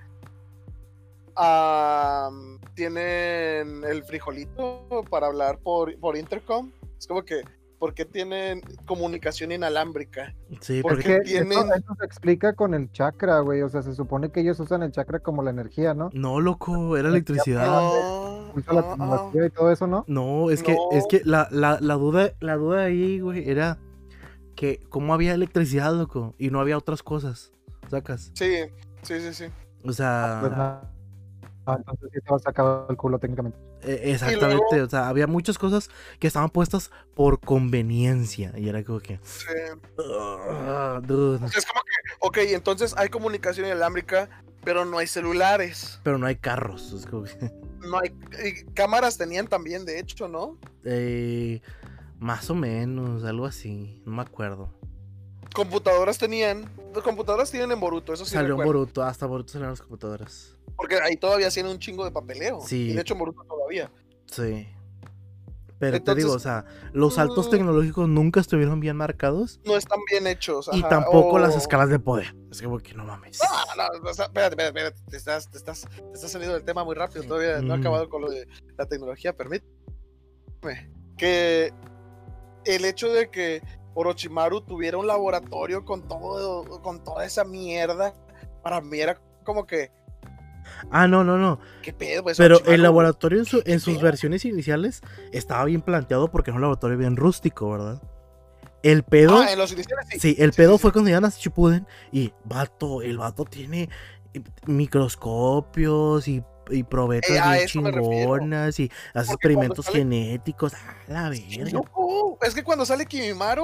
Speaker 2: um, tienen el frijolito para hablar por, por intercom? Es como que, ¿por qué tienen comunicación inalámbrica?
Speaker 1: Sí,
Speaker 2: ¿Por
Speaker 3: Es
Speaker 1: porque
Speaker 3: que
Speaker 2: tienen-
Speaker 3: eso, eso se explica con el chakra, güey. O sea, se supone que ellos usan el chakra como la energía, ¿no?
Speaker 1: no, loco, era electricidad.
Speaker 2: No,
Speaker 3: Usa la
Speaker 2: ah, ah.
Speaker 3: tecnología y todo eso, ¿no?
Speaker 1: No, es que,
Speaker 2: No.
Speaker 1: es que la, la, la duda, la duda ahí, güey, era que cómo había electricidad, loco, y no había otras cosas, sacas.
Speaker 2: Sí, sí, sí, sí.
Speaker 1: O sea,
Speaker 3: Pues nada. Ah, entonces sí estaba sacado el culo técnicamente.
Speaker 1: eh, exactamente,
Speaker 2: luego-
Speaker 1: o sea, había muchas cosas que estaban puestas por conveniencia, y era como que,
Speaker 2: sí.
Speaker 1: "Ugh, dude".
Speaker 2: Es como que, ok, entonces hay comunicación inalámbrica, pero no hay celulares.
Speaker 1: Pero no hay carros, es como que,
Speaker 2: No hay y cámaras tenían también, de hecho, ¿no?
Speaker 1: eh, más o menos, algo así, no me acuerdo.
Speaker 2: Computadoras tenían. Las computadoras tienen en Boruto, eso sí
Speaker 1: Salió
Speaker 2: recuerdo.
Speaker 1: Boruto, hasta Boruto salieron las computadoras.
Speaker 2: Porque ahí todavía hacían un chingo de papeleo.
Speaker 1: Sí.
Speaker 2: Y de hecho en Boruto todavía.
Speaker 1: Sí. Pero te
Speaker 2: Entonces-
Speaker 1: digo, o sea, los saltos
Speaker 2: Mm.
Speaker 1: tecnológicos nunca estuvieron bien marcados.
Speaker 2: No están bien hechos.
Speaker 1: Y
Speaker 2: ajá,
Speaker 1: tampoco
Speaker 2: o-
Speaker 1: las escalas de poder. Es como que no mames.
Speaker 2: Ah, no, o sea, espérate, espérate, espérate. Te estás, te estás, te estás saliendo del tema muy rápido. Todavía no he
Speaker 1: Mm.
Speaker 2: acabado con lo de la tecnología. Permíteme. Que el hecho de que Orochimaru tuviera un laboratorio con todo, con toda esa mierda, para mí era como que,
Speaker 1: Ah, no, no, no.
Speaker 2: ¿qué pedo? Pues,
Speaker 1: Pero
Speaker 2: Orochimaru,
Speaker 1: el laboratorio en, su-
Speaker 2: ¿qué
Speaker 1: en sus
Speaker 2: pedo?
Speaker 1: versiones iniciales estaba bien planteado porque era un laboratorio bien rústico, ¿verdad? El pedo.
Speaker 2: Ah, en los iniciales sí.
Speaker 1: Sí, el
Speaker 2: Sí,
Speaker 1: pedo
Speaker 2: sí,
Speaker 1: fue
Speaker 2: sí.
Speaker 1: cuando llegan a Shippuden y vato, el vato tiene eh, microscopios y, y probetas
Speaker 2: Eh, a
Speaker 1: bien
Speaker 2: eso me refiero.
Speaker 1: chingonas y hace
Speaker 2: Porque
Speaker 1: experimentos
Speaker 2: cuando sale-
Speaker 1: genéticos. Ah, la verga.
Speaker 2: No, es que cuando sale Kimimaro,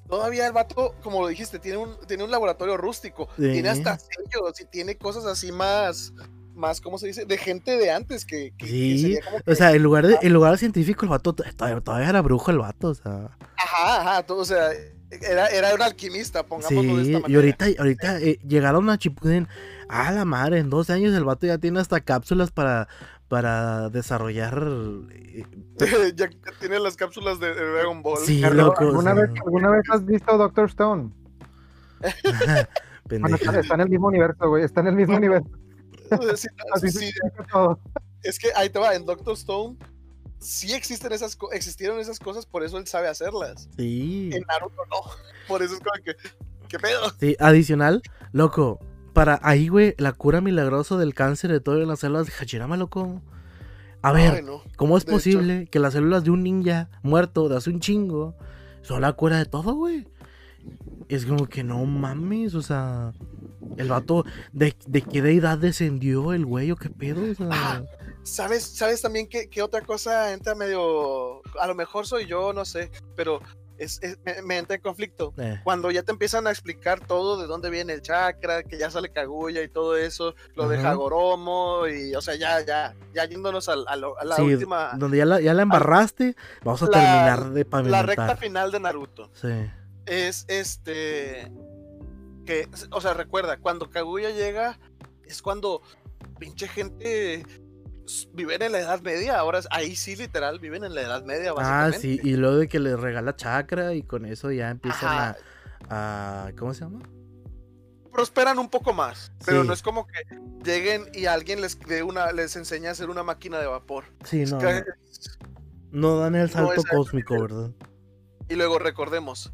Speaker 2: todavía el vato, como lo dijiste, tiene un, tiene un laboratorio rústico,
Speaker 1: Sí.
Speaker 2: tiene hasta sellos y tiene cosas así más, más, ¿cómo se dice? De gente de antes que, que, que
Speaker 1: Sí,
Speaker 2: sería como que,
Speaker 1: o sea, en lugar de, en lugar de científico, el vato todavía, todavía era brujo el vato, o sea.
Speaker 2: ajá, ajá, todo, o sea, era, era un alquimista, pongámoslo de
Speaker 1: Sí,
Speaker 2: esta
Speaker 1: y
Speaker 2: manera.
Speaker 1: ahorita, ahorita eh, llegaron a Chipuden, a la madre, en doce años el vato ya tiene hasta cápsulas para, para desarrollar. eh,
Speaker 2: Ya tiene las cápsulas de, de Dragon Ball.
Speaker 1: Sí,
Speaker 3: Carlos,
Speaker 1: loco, o
Speaker 3: ¿alguna,
Speaker 1: sea.
Speaker 3: vez, ¿Alguna vez has visto Doctor Stone? Bueno,
Speaker 1: Pendeja.
Speaker 3: está, está en el mismo universo, güey. Está en el mismo universo.
Speaker 2: Sí,
Speaker 3: Así
Speaker 2: sí,
Speaker 3: se explica todo.
Speaker 2: es que ahí te va, en Doctor Stone sí existen esas co- existieron esas cosas, por eso él sabe hacerlas.
Speaker 1: Sí.
Speaker 2: En Naruto no. Por eso es como que, ¿qué pedo?
Speaker 1: Sí, adicional, loco, para ahí, güey, la cura milagrosa del cáncer de todo en las células de Hashirama, loco. A ver,
Speaker 2: Ay, no.
Speaker 1: ¿cómo es
Speaker 2: De
Speaker 1: posible que las células de un ninja muerto de hace un chingo son la cura de todo, güey? Es como que no mames, o sea, el vato, ¿de, de qué deidad descendió el güey o qué pedo? O sea,
Speaker 2: Ah, ¿Sabes, ¿Sabes también qué, qué otra cosa entra medio... A lo mejor soy yo, no sé, pero es, es- me, me entra en conflicto.
Speaker 1: eh,
Speaker 2: Cuando ya te empiezan a explicar todo, de dónde viene el chakra, que ya sale Kaguya y todo eso, lo de
Speaker 1: Ajá.
Speaker 2: Hagoromo, y o sea, ya, ya, ya yéndonos a, a lo- a la
Speaker 1: sí,
Speaker 2: última,
Speaker 1: donde ya la, ya la embarraste, vamos a
Speaker 2: la-
Speaker 1: terminar de
Speaker 2: la
Speaker 1: pavimentar.
Speaker 2: recta final de Naruto.
Speaker 1: Sí,
Speaker 2: Es este, que, o sea, recuerda, cuando Kaguya llega, es cuando pinche gente s- viven en la Edad Media, ahora es- ahí sí literal viven en la Edad Media,
Speaker 1: ah,
Speaker 2: básicamente.
Speaker 1: sí, y luego de que le regala chakra y con eso ya empiezan
Speaker 2: Ajá.
Speaker 1: a, a, ¿cómo se llama?
Speaker 2: Prosperan un poco más, pero
Speaker 1: Sí.
Speaker 2: no es como que lleguen y alguien les dé una, les enseña a hacer una máquina de vapor.
Speaker 1: Sí,
Speaker 2: Es
Speaker 1: no,
Speaker 2: que-
Speaker 1: no dan el
Speaker 2: No
Speaker 1: salto
Speaker 2: es a ese
Speaker 1: cósmico, ¿verdad?
Speaker 2: Y luego recordemos,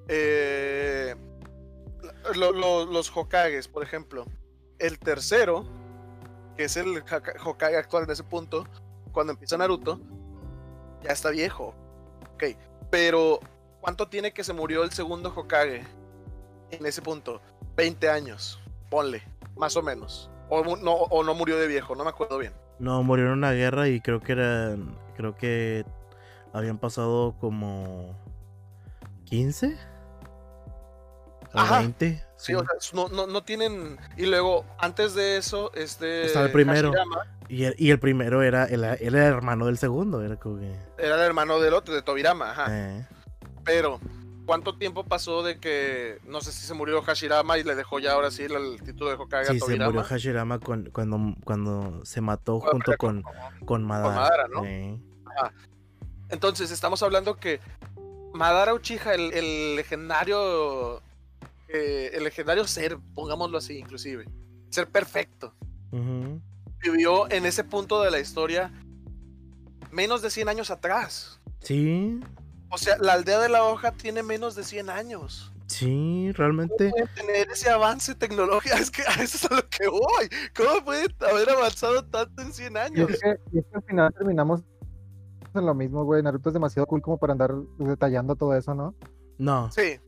Speaker 2: eh, lo- lo- los Hokages, por ejemplo, el tercero, que es el Haka- Hokage actual en ese punto, cuando empieza Naruto, ya está viejo. Ok, pero ¿cuánto tiene que se murió el segundo Hokage en ese punto? veinte años, ponle, más o menos. O mu- no, o no murió de viejo, no me acuerdo bien.
Speaker 1: No, murió en una guerra y creo que eran, creo que habían pasado como quince o
Speaker 2: Ajá.
Speaker 1: veinte.
Speaker 2: Sí, o sea, no, no, no tienen. Y luego, antes de eso, este.
Speaker 1: Estaba el primero.
Speaker 2: Hashirama
Speaker 1: Y el, y el primero era el, era el hermano del segundo, era como que...
Speaker 2: era el hermano del otro, de Tobirama, ajá.
Speaker 1: eh,
Speaker 2: Pero, ¿cuánto tiempo pasó de que, no sé si se murió Hashirama y le dejó ya ahora sí el, el título de Hokage
Speaker 1: sí,
Speaker 2: a
Speaker 1: se
Speaker 2: Tobirama?
Speaker 1: murió Hashirama con- cuando, cuando se mató
Speaker 2: Cuando
Speaker 1: junto
Speaker 2: pelea
Speaker 1: con, con Madara.
Speaker 2: Madara, ¿no?
Speaker 1: eh.
Speaker 2: Entonces, estamos hablando que Madara Uchiha, el, el legendario. eh, el legendario ser, pongámoslo así, inclusive. Ser perfecto.
Speaker 1: Ujú.
Speaker 2: Vivió en ese punto de la historia menos de cien años atrás.
Speaker 1: Sí,
Speaker 2: O sea, la aldea de la hoja tiene menos de cien años.
Speaker 1: sí, realmente...
Speaker 2: Pueden tener ese avance tecnológico. Es que a eso es a lo que voy. ¿Cómo puede haber avanzado tanto en cien
Speaker 3: Y
Speaker 2: años?
Speaker 3: es, que, y es que al final terminamos en lo mismo, güey. Naruto es demasiado cool como para andar detallando todo eso, ¿no?
Speaker 1: No,
Speaker 2: Sí.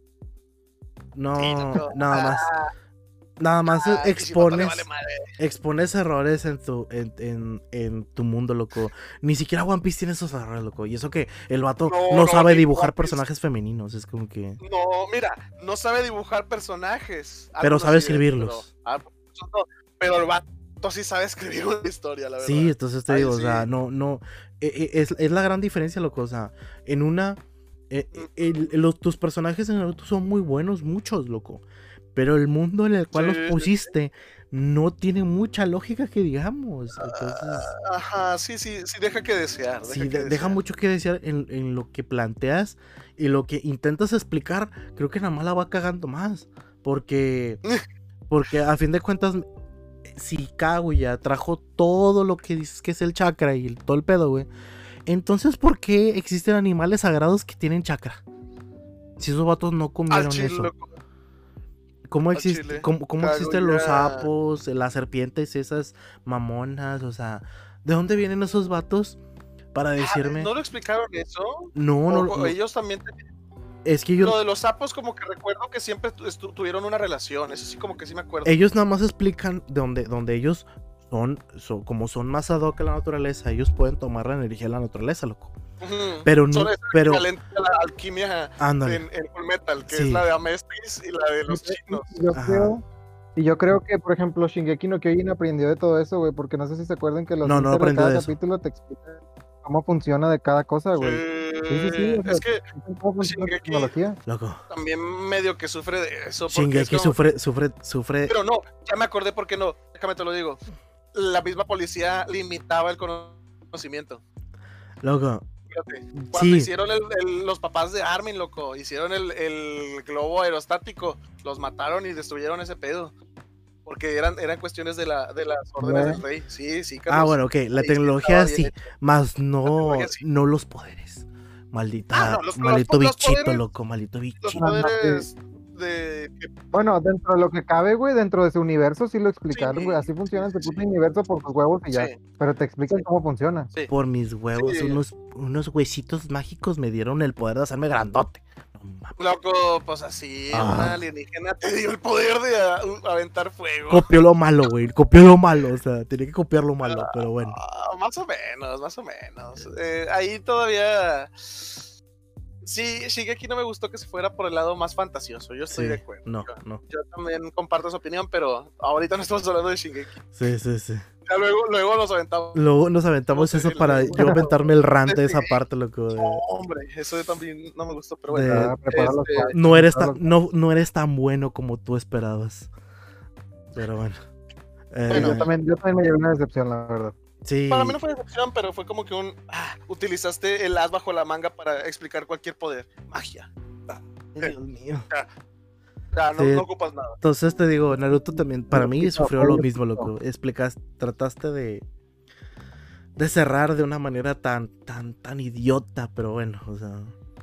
Speaker 1: no,
Speaker 2: Sí, no,
Speaker 1: nada más.
Speaker 2: ah,
Speaker 1: Nada más
Speaker 2: ah,
Speaker 1: expones,
Speaker 2: Kishimoto le vale madre.
Speaker 1: expones errores en tu, en, en, en tu mundo, loco. Ni siquiera One Piece tiene esos errores, loco. Y eso que el vato
Speaker 2: No,
Speaker 1: no,
Speaker 2: no,
Speaker 1: sabe
Speaker 2: ni
Speaker 1: dibujar
Speaker 2: One Piece.
Speaker 1: personajes femeninos. Es como que...
Speaker 2: No, mira, no sabe dibujar personajes.
Speaker 1: Pero
Speaker 2: Algunos
Speaker 1: sabe
Speaker 2: sí,
Speaker 1: escribirlos.
Speaker 2: Pero, ah, muchos no. Pero el vato sí sabe escribir una historia, la verdad.
Speaker 1: Sí, entonces te
Speaker 2: Ay,
Speaker 1: digo, o
Speaker 2: sí.
Speaker 1: sea, no, no. eh, eh, Es, es la gran diferencia, loco. O sea, en una. eh, eh, el- los, tus personajes en Naruto son muy buenos, muchos, loco. Pero el mundo en el cual
Speaker 2: Sí,
Speaker 1: los
Speaker 2: sí, sí.
Speaker 1: pusiste no tiene mucha lógica que digamos. Entonces.
Speaker 2: Ah, ajá, sí, sí, sí, deja que desear. Deja,
Speaker 1: Sí,
Speaker 2: que
Speaker 1: de- deja
Speaker 2: desear.
Speaker 1: mucho que desear en, en lo que planteas y lo que intentas explicar. Creo que nada más la va cagando más. Porque, porque a fin de cuentas, si Kaguya trajo todo lo que dices que es el chakra y el- todo el pedo, güey. Entonces, ¿por qué existen animales sagrados que tienen chakra? Si esos vatos no
Speaker 2: Al
Speaker 1: comieron
Speaker 2: chile,
Speaker 1: eso.
Speaker 2: loco.
Speaker 1: ¿Cómo,
Speaker 2: al
Speaker 1: existe,
Speaker 2: chile.
Speaker 1: cómo, cómo existen los
Speaker 2: Kaguya.
Speaker 1: sapos, las serpientes, esas mamonas? O sea, ¿de dónde vienen esos vatos para decirme?
Speaker 2: Ah, ¿no lo explicaron eso?
Speaker 1: No, no,
Speaker 2: O-
Speaker 1: no,
Speaker 2: ellos también tenían-
Speaker 1: es que ellos,
Speaker 2: Lo de los sapos como que recuerdo que siempre tu- estu- tuvieron una relación, eso sí como que sí me acuerdo.
Speaker 1: ellos nada más explican de donde, donde ellos son, son, como son más ad hoc a la naturaleza, ellos pueden tomar la energía de la naturaleza, loco.
Speaker 2: Ujú.
Speaker 1: Pero no,
Speaker 2: Son es el
Speaker 1: pero,
Speaker 2: equivalente a la alquimia
Speaker 1: ándale.
Speaker 2: en, en Full Metal, que
Speaker 1: Sí.
Speaker 2: es la de Amestris y la de los
Speaker 3: Y-
Speaker 2: chinos.
Speaker 3: y Yo
Speaker 1: Ajá.
Speaker 3: creo, y yo creo que, por ejemplo, Shingeki no Kyojin aprendió de todo eso, güey, porque no sé si se acuerdan que los
Speaker 1: No, no
Speaker 3: intros de
Speaker 1: aprendió
Speaker 3: cada
Speaker 1: de eso.
Speaker 3: capítulo te explican cómo funciona de cada cosa, güey. Sí, sí, sí, o sea,
Speaker 2: Es que
Speaker 3: te explican cómo funciona la
Speaker 2: Shingeki
Speaker 3: tecnología.
Speaker 1: Loco.
Speaker 2: también medio que sufre de eso. Porque es
Speaker 1: Shingeki
Speaker 2: como-
Speaker 1: sufre, sufre, sufre.
Speaker 2: Pero no, ya me acordé por qué no. Déjame te lo digo. La misma policía limitaba el conocimiento.
Speaker 1: Loco.
Speaker 2: Fíjate, cuando
Speaker 1: Sí.
Speaker 2: hicieron el, el- los papás de Armin, loco, hicieron el, el globo aerostático, los mataron y destruyeron ese pedo. Porque eran, eran cuestiones de, la, de las órdenes
Speaker 3: ¿No?
Speaker 2: del rey. Sí, sí,
Speaker 1: Ah,
Speaker 2: Carlos.
Speaker 1: bueno, ok. La
Speaker 2: Ahí sí
Speaker 1: tecnología
Speaker 2: estaba bien
Speaker 1: sí,
Speaker 2: hecho.
Speaker 1: más no,
Speaker 2: tecnología sí.
Speaker 1: no los poderes. Maldita,
Speaker 2: Ah, no, los- los-
Speaker 1: maldito
Speaker 2: los
Speaker 1: bichito,
Speaker 2: poderes-
Speaker 1: loco, maldito
Speaker 2: Los
Speaker 1: bichito.
Speaker 3: No, no,
Speaker 2: poderes de...
Speaker 3: Bueno, dentro de lo que cabe, güey, dentro de su universo sí lo explicaron,
Speaker 2: Sí,
Speaker 3: güey. Así funciona
Speaker 2: sí,
Speaker 3: ese
Speaker 2: sí,
Speaker 3: puto
Speaker 2: sí.
Speaker 3: universo por sus huevos y ya.
Speaker 2: Sí,
Speaker 3: Pero te explican cómo funciona.
Speaker 2: sí.
Speaker 1: Por mis huevos,
Speaker 2: Sí.
Speaker 1: unos, unos huesitos mágicos me dieron el poder de hacerme grandote. No mames.
Speaker 2: Loco, pues así,
Speaker 1: Ah.
Speaker 2: una alienígena te dio el poder de a- aventar fuego.
Speaker 1: Copió lo malo, güey. Copió lo malo. O sea, tenía que copiar lo malo, pero bueno.
Speaker 2: Ah, más o menos, más o menos. Eh, ahí todavía... Sí, Shingeki no me gustó que se fuera por el lado más fantasioso. Yo estoy
Speaker 1: Sí,
Speaker 2: de acuerdo.
Speaker 1: no,
Speaker 2: Yo,
Speaker 1: no.
Speaker 2: yo también comparto esa opinión, pero ahorita no estamos hablando de Shingeki.
Speaker 1: Sí, sí, sí.
Speaker 2: Ya luego, luego nos aventamos.
Speaker 1: Luego nos aventamos
Speaker 2: No sé,
Speaker 1: eso para
Speaker 2: el-
Speaker 1: yo aventarme el rant de esa
Speaker 2: Sí.
Speaker 1: parte, loco. de-
Speaker 2: No, hombre, eso también no me gustó, pero
Speaker 1: De-
Speaker 2: bueno.
Speaker 3: Ah, prepara los
Speaker 2: este,
Speaker 3: cuadros,
Speaker 1: No eres
Speaker 3: prepara
Speaker 1: tan,
Speaker 3: los-
Speaker 1: no, no eres tan bueno como tú esperabas. Pero bueno. Eh,
Speaker 2: Bueno,
Speaker 3: Yo también, yo también me llevé una decepción, la verdad.
Speaker 1: sí.
Speaker 2: Para mí no fue decepción, pero fue como que un... ah, utilizaste el as bajo la manga para explicar cualquier poder. Magia.
Speaker 1: Dios mío.
Speaker 2: Ya, no,
Speaker 1: Sí.
Speaker 2: no ocupas nada.
Speaker 1: Entonces te digo, Naruto también, para mí
Speaker 3: Poquito,
Speaker 1: sufrió lo
Speaker 3: poquito.
Speaker 1: mismo, loco. Explicas, trataste de de cerrar de una manera tan, tan, tan idiota, pero bueno, o sea.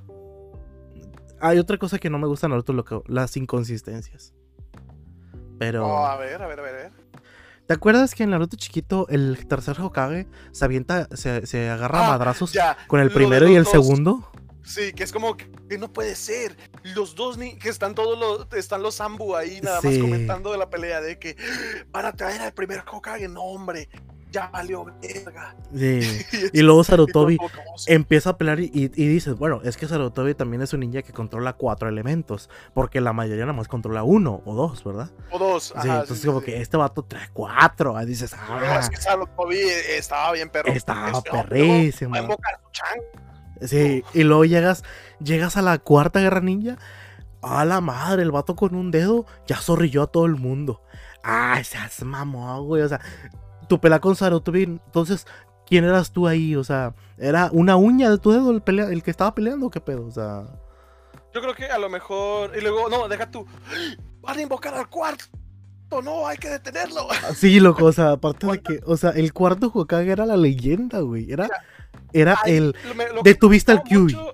Speaker 1: Hay otra cosa que no me gusta de Naruto, loco, las inconsistencias. Pero.
Speaker 2: Oh, a ver, a ver, a ver, a ver.
Speaker 1: ¿Te acuerdas que en Naruto chiquito el tercer Hokage se avienta, se, se agarra a
Speaker 2: Ah,
Speaker 1: madrazos
Speaker 2: Ya.
Speaker 1: con el
Speaker 2: lo de
Speaker 1: primero
Speaker 2: los
Speaker 1: y el
Speaker 2: dos.
Speaker 1: segundo?
Speaker 2: Sí, que es como que, que no puede ser. Los dos ni que están todos los están los Zambu ahí nada más
Speaker 1: Sí.
Speaker 2: comentando de la pelea de que van a traer al primer Hokage, no hombre, ya valió verga.
Speaker 1: Sí. Y luego Sarutobi
Speaker 2: Y todo como, sí,
Speaker 1: empieza a pelear y, y dices, bueno, es que Sarutobi también es un ninja que controla cuatro elementos, porque la mayoría nada más controla uno o dos, ¿verdad?
Speaker 2: o dos.
Speaker 1: Sí,
Speaker 2: Ajá,
Speaker 1: entonces
Speaker 2: sí,
Speaker 1: como
Speaker 2: sí,
Speaker 1: que
Speaker 2: sí.
Speaker 1: este vato trae cuatro, ahí dices,
Speaker 2: No,
Speaker 1: ah,
Speaker 2: es que Sarutobi estaba bien perro.
Speaker 1: estaba
Speaker 2: Es- oh,
Speaker 1: perrísimo.
Speaker 2: va a invocar su chan.
Speaker 1: Sí, y luego llegas, llegas a la cuarta guerra ninja, a la madre, el vato con un dedo ya zorrilló a todo el mundo. Ay, seas mamón, güey, o sea, tu pelea con Sarutobi, entonces, ¿quién eras tú ahí? O sea, ¿era una uña de tu dedo el, pelea, el que estaba peleando o qué pedo? O sea,
Speaker 2: Yo creo que a lo mejor. Y luego, no, deja tú. Van a invocar al cuarto. No, hay que detenerlo.
Speaker 1: sí, loco, o sea, aparte de que, o sea, el cuarto Hokage era la leyenda, güey, era, era
Speaker 2: Ay,
Speaker 1: el,
Speaker 2: lo me- lo que
Speaker 1: detuviste
Speaker 2: me
Speaker 1: al
Speaker 2: gustaba
Speaker 1: Kyuubi.
Speaker 2: mucho-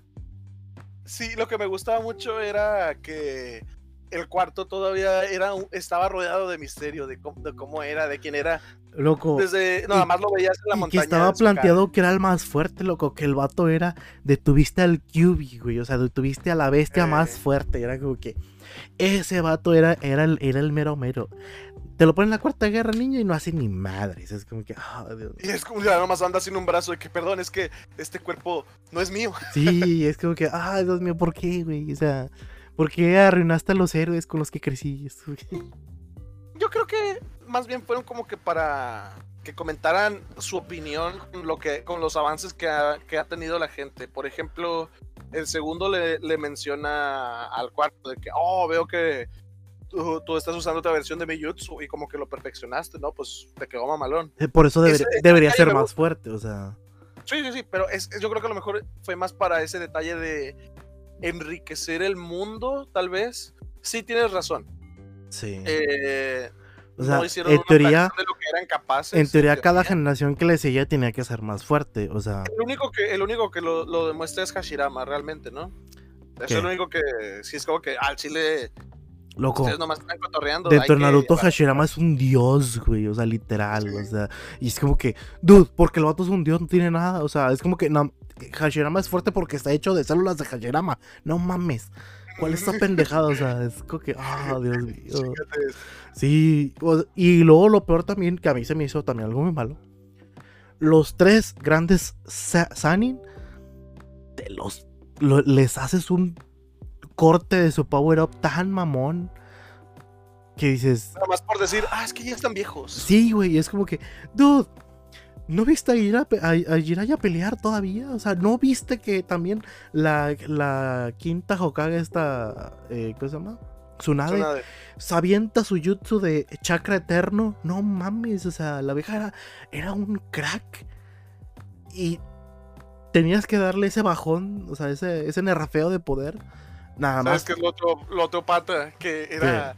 Speaker 2: Sí, lo que me gustaba mucho era que el cuarto todavía era un- estaba rodeado de misterio, de cómo, de cómo era, de quién era.
Speaker 1: loco.
Speaker 2: Desde, nada más lo veías en la
Speaker 1: Y
Speaker 2: montaña.
Speaker 1: que estaba
Speaker 2: en su cara.
Speaker 1: planteado que era el más fuerte, loco, que el vato era, detuviste al Kyuubi, güey, o sea, detuviste a la bestia
Speaker 2: Eh.
Speaker 1: más fuerte, era como que ese vato era, era, el, era el mero mero. Te lo ponen en la cuarta guerra, niño, y no hace ni madres, es como que, ah, Dios mío.
Speaker 2: Y es como ya nomás anda sin un brazo de que, perdón, es que este cuerpo no es mío.
Speaker 1: Sí, es como que, ah, Dios mío, ¿por qué, güey? O sea, ¿por qué arruinaste a los héroes con los que crecí? Es como que-
Speaker 2: Yo creo que más bien fueron como que para que comentaran su opinión con, lo que, con los avances que ha, que ha tenido la gente. Por ejemplo, el segundo le, le menciona al cuarto de que, oh, veo que tú, tú estás usando otra versión de Miyutsu y como que lo perfeccionaste, ¿no? Pues te quedó mamalón.
Speaker 1: eh, Por eso deber-
Speaker 2: Ese- ese
Speaker 1: debería
Speaker 2: detalle
Speaker 1: ser
Speaker 2: me
Speaker 1: más
Speaker 2: gusta.
Speaker 1: fuerte, o sea.
Speaker 2: Sí, sí, sí, pero es, yo creo que a lo mejor fue más para ese detalle de enriquecer el mundo, tal vez. Sí, tienes razón.
Speaker 1: Sí.
Speaker 2: Eh,
Speaker 1: o sea,
Speaker 2: no hicieron
Speaker 1: en
Speaker 2: una
Speaker 1: teoría,
Speaker 2: fracción de lo que eran capaces.
Speaker 1: en teoría cada
Speaker 2: teoría.
Speaker 1: generación que le seguía tenía que ser más fuerte, o sea.
Speaker 2: El único que, el único que lo, lo demuestra es Hashirama, realmente, ¿no? Es
Speaker 1: ¿Qué?
Speaker 2: el único que, si es como que al chile,
Speaker 1: Loco,
Speaker 2: ustedes nomás están cotorreando.
Speaker 1: dentro
Speaker 2: hay
Speaker 1: de
Speaker 2: que-
Speaker 1: Naruto Hashirama es un dios, güey, o sea, literal, o sea, y es como que, dude, porque el vato es un dios, no tiene nada, o sea, es como que no, Hashirama es fuerte porque está hecho de células de Hashirama, no mames, ¿cuál es esta pendejada? O sea, es como que, ah, Dios mío,
Speaker 2: Fíjate,
Speaker 1: sí, o- y luego lo peor también, que a mí se me hizo también algo muy malo, los tres grandes Sa- Sanin te los, lo- les haces un corte de su power up tan mamón que dices,
Speaker 2: Nada más por decir, ah, es que ya están viejos.
Speaker 1: sí, güey, es como que, dude, ¿no viste a Jiraiya, pe- a, a Jiraiya pelear todavía? O sea, ¿no viste que también la, la quinta Hokage esta, eh, ¿cómo se llama? Tsunade,
Speaker 2: Suena de-
Speaker 1: se avienta su jutsu de chakra eterno. No mames, o sea, la vieja era, era un crack. Y tenías que darle ese bajón, o sea, ese, ese nerfeo de poder. Nada
Speaker 2: ¿Sabes
Speaker 1: más.
Speaker 2: qué es lo otro, lo otro pata? Que era.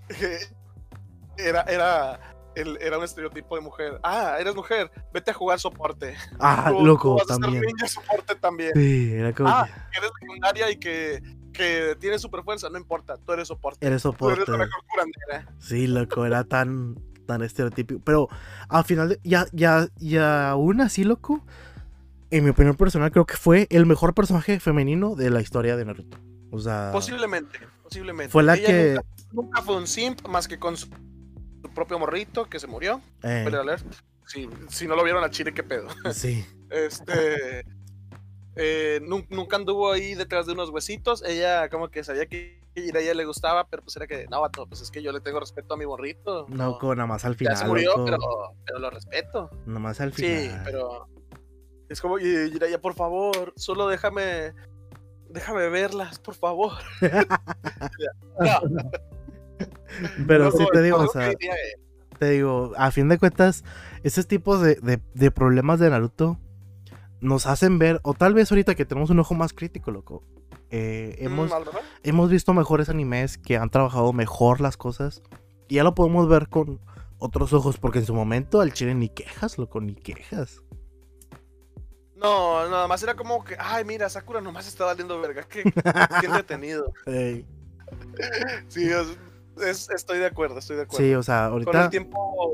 Speaker 2: Era, era, el- era un estereotipo de mujer. Ah, eres mujer, vete a jugar soporte.
Speaker 1: Ah,
Speaker 2: Tú- tú
Speaker 1: loco,
Speaker 2: vas a ser
Speaker 1: también.
Speaker 2: ninja soporte también.
Speaker 1: Sí, era como
Speaker 2: Ah,
Speaker 1: que
Speaker 2: que eres secundaria y que, que tienes super fuerza, no importa, tú eres soporte.
Speaker 1: eres
Speaker 2: Tú
Speaker 1: soporte.
Speaker 2: eres la mejor curandera.
Speaker 1: Sí, loco, era tan, tan estereotípico. Pero al final, de- ya, ya, ya aún así, loco, en mi opinión personal, creo que fue el mejor personaje femenino de la historia de Naruto. O sea,
Speaker 2: Posiblemente, posiblemente.
Speaker 1: fue la
Speaker 2: Ella
Speaker 1: que.
Speaker 2: Nunca, nunca fue un simp más que con su, su propio morrito que se murió.
Speaker 1: eh,
Speaker 2: Spoiler alert. Si, si no lo vieron a Chile, qué pedo.
Speaker 1: sí,
Speaker 2: Este. eh, nun- nunca anduvo ahí detrás de unos huesitos. Ella, como que sabía que a ella le gustaba, pero pues era que, no, vato, pues es que yo le tengo respeto a mi morrito.
Speaker 1: no,
Speaker 2: No,
Speaker 1: con nada más al final.
Speaker 2: ya se murió,
Speaker 1: loco,
Speaker 2: pero, pero lo respeto.
Speaker 1: nada más al final.
Speaker 2: Sí, pero. Es como, y Jiraiya, por favor, solo déjame. Déjame verlas, por favor. No,
Speaker 1: Pero
Speaker 2: no,
Speaker 1: sí
Speaker 2: no,
Speaker 1: te digo,
Speaker 2: no,
Speaker 1: o sea,
Speaker 2: no diría, eh,
Speaker 1: te digo, a fin de cuentas, esos tipos de, de, de problemas de Naruto nos hacen ver, o tal vez ahorita que tenemos un ojo más crítico, loco, eh, hemos,
Speaker 2: mm, ¿al verdad?
Speaker 1: hemos visto mejores animes que han trabajado mejor las cosas y ya lo podemos ver con otros ojos, porque en su momento al chile ni quejas, loco, ni quejas.
Speaker 2: No, nada más era como que, ay, mira, Sakura nomás está valiendo verga. Qué, qué entretenido.
Speaker 1: Ey,
Speaker 2: Sí, es, es- estoy de acuerdo, estoy de acuerdo.
Speaker 1: sí, o sea,
Speaker 2: Con el
Speaker 1: ahorita,
Speaker 2: tiempo.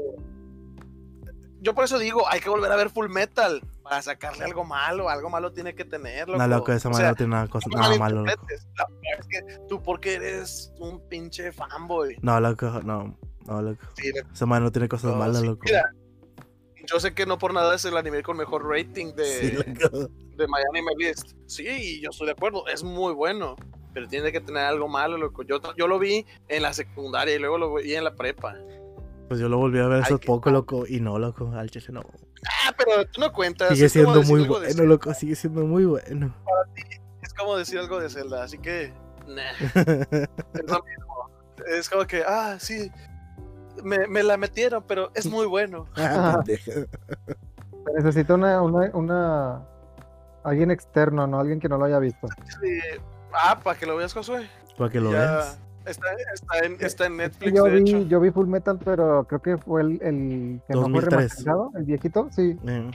Speaker 2: Yo por eso digo, hay que volver a ver Full Metal para sacarle algo malo, algo malo tiene que tener, loco.
Speaker 1: no, loco, esa
Speaker 2: O
Speaker 1: manera
Speaker 2: sea,
Speaker 1: no tiene nada, cosa-
Speaker 2: no
Speaker 1: nada malo, loco.
Speaker 2: malinterpretes. La verdad es que tú porque eres un pinche fanboy.
Speaker 1: No, loco, no, no, loco.
Speaker 2: Sí,
Speaker 1: Esa manera no tiene cosas
Speaker 2: no,
Speaker 1: malas,
Speaker 2: sí.
Speaker 1: loco.
Speaker 2: Mira, yo sé que no por nada es el anime con mejor rating de,
Speaker 1: Sí, loco.
Speaker 2: de My Anime List. Sí, yo estoy de acuerdo, es muy bueno, pero tiene que tener algo malo, loco. Yo, yo lo vi en la secundaria y luego lo vi en la prepa.
Speaker 1: Pues yo lo volví a ver hace
Speaker 2: Ay, qué
Speaker 1: poco,
Speaker 2: mal.
Speaker 1: loco, y no, loco, al chile no.
Speaker 2: Ah, pero tú no cuentas.
Speaker 1: Sigue
Speaker 2: es como
Speaker 1: siendo
Speaker 2: decir
Speaker 1: muy
Speaker 2: algo de
Speaker 1: bueno,
Speaker 2: Zelda.
Speaker 1: loco, sigue siendo muy bueno.
Speaker 2: Es como decir algo de Zelda, así que. Nah, es lo mismo. Es como que, ah, sí, me, me la metieron, pero es muy bueno.
Speaker 1: Ah, pendejo.
Speaker 3: Necesito una, una, una, alguien externo, ¿no? Alguien que no lo haya visto.
Speaker 2: Sí. Ah, para que lo veas, Josué.
Speaker 1: Para que lo
Speaker 2: Ya
Speaker 1: veas.
Speaker 2: Está, está, en, está en Netflix,
Speaker 3: Yo
Speaker 2: de hecho.
Speaker 3: vi, yo vi Full Metal, pero creo que fue el, el que no
Speaker 1: dos mil
Speaker 3: fue
Speaker 1: tres.
Speaker 3: remasterizado, el viejito, sí.
Speaker 1: Eh,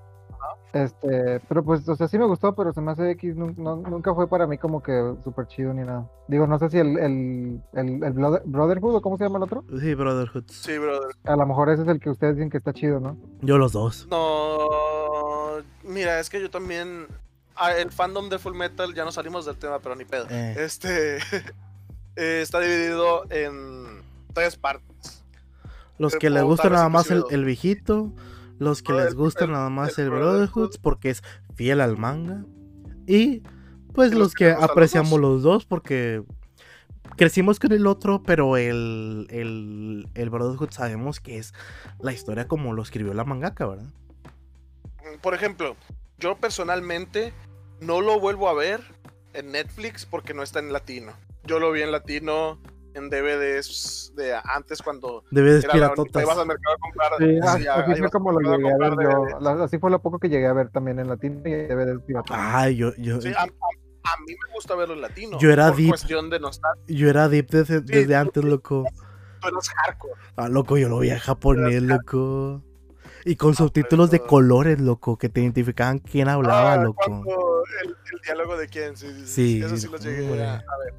Speaker 3: Este, pero pues, o sea, sí me gustó, pero se me hace X, nun- no- nunca fue para mí como que súper chido ni nada. Digo, no sé si el, el, el, el Brother- Brotherhood o cómo se llama el otro.
Speaker 1: Sí, Brotherhood.
Speaker 2: Sí, brother.
Speaker 3: A lo mejor ese es el que ustedes dicen que está chido, ¿no?
Speaker 1: Yo los dos.
Speaker 2: No, mira, es que yo también. Ah, el fandom de Full Metal, ya no salimos del tema, pero ni pedo.
Speaker 1: Eh.
Speaker 2: Este. eh, está dividido en tres partes.
Speaker 1: Los
Speaker 2: Pero
Speaker 1: que les
Speaker 2: puedo
Speaker 1: gusta
Speaker 2: darles
Speaker 1: nada más el,
Speaker 2: inclusive
Speaker 1: el viejito. Los que
Speaker 2: No,
Speaker 1: les
Speaker 2: el-
Speaker 1: gusta
Speaker 2: el-
Speaker 1: nada más
Speaker 2: el
Speaker 1: el
Speaker 2: Brotherhood.
Speaker 1: Brotherhood porque es fiel al manga. Y pues
Speaker 2: Y
Speaker 1: los
Speaker 2: los que
Speaker 1: que
Speaker 2: les gustan los
Speaker 1: apreciamos
Speaker 2: dos.
Speaker 1: los dos porque crecimos con el otro, pero el, el, el Brotherhood sabemos que es la historia como lo escribió la mangaka, ¿verdad?
Speaker 2: Por ejemplo, yo personalmente no lo vuelvo a ver en Netflix porque no está en latino. Yo lo vi en latino en D V Ds de antes cuando
Speaker 1: Debe de
Speaker 2: era la única-
Speaker 1: piratotas.
Speaker 2: ibas al mercado a comprar.
Speaker 3: Sí,
Speaker 2: sí,
Speaker 3: así
Speaker 2: a-
Speaker 3: así fue
Speaker 2: ibas
Speaker 3: como
Speaker 2: al
Speaker 3: lo
Speaker 2: mercado a
Speaker 3: llegué a ver
Speaker 2: comprar
Speaker 3: yo.
Speaker 2: D V Ds.
Speaker 3: La- Así fue lo poco que llegué a ver también en latino y D V Ds pirata.
Speaker 1: Ay, yo, yo,
Speaker 2: Sí, a, a- a mí me gusta verlo en latino.
Speaker 1: Yo era
Speaker 2: por
Speaker 1: deep.
Speaker 2: cuestión de nostalgia.
Speaker 1: yo era deep desde, desde
Speaker 2: tú-
Speaker 1: antes, loco.
Speaker 2: Tú eres hardcore.
Speaker 1: Ah, loco, yo lo vi en japonés, loco. Y con subtítulos de
Speaker 2: eso-
Speaker 1: colores, loco, que te identificaban quién hablaba,
Speaker 2: Ah,
Speaker 1: loco.
Speaker 2: cuando el, el diálogo de quién, sí, sí,
Speaker 1: Sí,
Speaker 2: sí, eso sí los llegué
Speaker 1: hombre.
Speaker 2: a, a ver.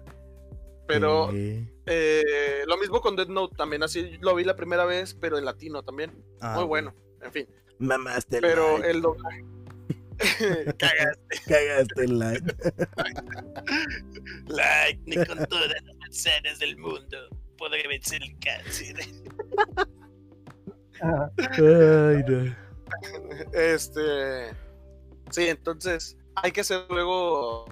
Speaker 2: Pero
Speaker 1: Sí.
Speaker 2: eh, lo mismo con Death Note, también así lo vi la primera vez, pero en latino también.
Speaker 1: Ah,
Speaker 2: Muy bueno, en fin.
Speaker 1: Mamaste el
Speaker 2: Pero
Speaker 1: like.
Speaker 2: el doblaje. Cagaste.
Speaker 1: Cagaste el like.
Speaker 2: Like, ni con todas las manzanas del mundo podré vencer el cáncer.
Speaker 3: Ajá.
Speaker 1: Ay, no.
Speaker 2: Este. Sí, entonces, hay que hacer luego.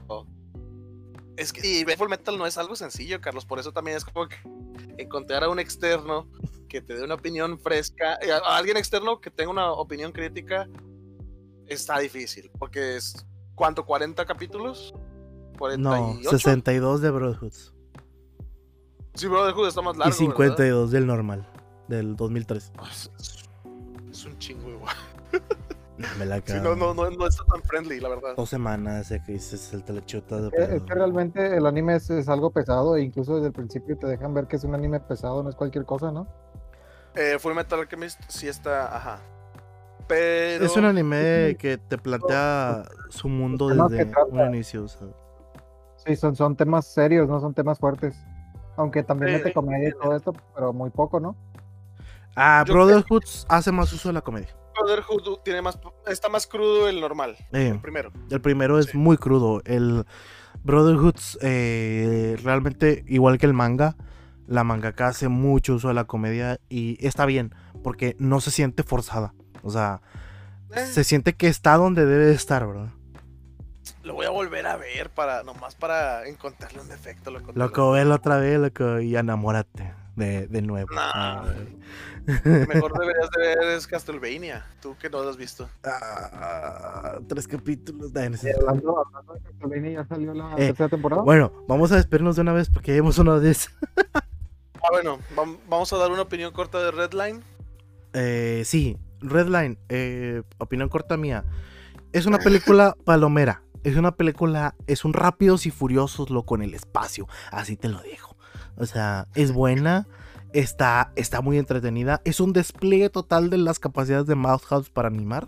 Speaker 2: Es que y Full Metal no es algo sencillo, Carlos, por eso también es como que encontrar a un externo que te dé una opinión fresca, a alguien externo que tenga una opinión crítica, está difícil, porque es, ¿cuánto? ¿cuarenta capítulos? ¿cuarenta y ocho?
Speaker 1: No, sesenta y dos de Brotherhoods.
Speaker 2: Sí, Brotherhood está más largo,
Speaker 1: y cincuenta y dos
Speaker 2: ¿verdad?
Speaker 1: del normal, del dos mil tres.
Speaker 2: Es, es un chingo igual.
Speaker 1: Me la
Speaker 2: Sí, no, no, no, no está tan friendly, la verdad.
Speaker 1: Dos semanas de que dices el telechuta de
Speaker 3: Es que, es que realmente el anime es, es algo pesado e incluso desde el principio te dejan ver que es un anime pesado, no es cualquier cosa, ¿no?
Speaker 2: Eh, Full Metal Alchemist sí está, ajá. Pero...
Speaker 1: Es un anime que te plantea su mundo
Speaker 3: Los temas
Speaker 1: desde
Speaker 3: que trata.
Speaker 1: un inicio, o sea.
Speaker 3: Sí, son, son temas serios, no son temas fuertes. Aunque también
Speaker 2: Sí,
Speaker 3: mete comedia y todo esto, pero muy poco, ¿no?
Speaker 1: Ah,
Speaker 2: Yo-
Speaker 1: Brotherhood hace más uso de la comedia.
Speaker 2: Brotherhood tiene más, está más crudo el normal,
Speaker 1: Eh,
Speaker 2: el primero.
Speaker 1: el primero es
Speaker 2: Sí.
Speaker 1: muy crudo. El Brotherhood, eh, realmente, igual que el manga, la mangaka hace mucho uso de la comedia y está bien, porque no se siente forzada. O sea,
Speaker 2: Eh,
Speaker 1: se siente que está donde debe de estar, ¿verdad?
Speaker 2: Lo voy a volver a ver para, nomás para encontrarle un defecto. Loco,
Speaker 1: Loco, velo otra vez, loco, y enamórate de, de nuevo.
Speaker 2: No.
Speaker 1: Ay.
Speaker 2: Mejor deberías de ver es Castlevania, tú que no lo has visto.
Speaker 1: Ah, tres capítulos. Nah, no sé.
Speaker 3: Y hablando, hablando de Castlevania, ya salió la
Speaker 1: Eh,
Speaker 3: tercera temporada.
Speaker 1: Bueno, vamos a despedirnos de una vez porque ya hemos una vez.
Speaker 2: Ah, bueno, vam- vamos a dar una opinión corta de Redline.
Speaker 1: Eh, sí, Redline, eh, opinión corta mía. Es una película palomera. Es una película, es un Rápidos y Furiosos, loco, en el espacio. Así te lo dejo. O sea, es buena, está, está muy entretenida. Es un despliegue total de las capacidades de Madhouse para animar.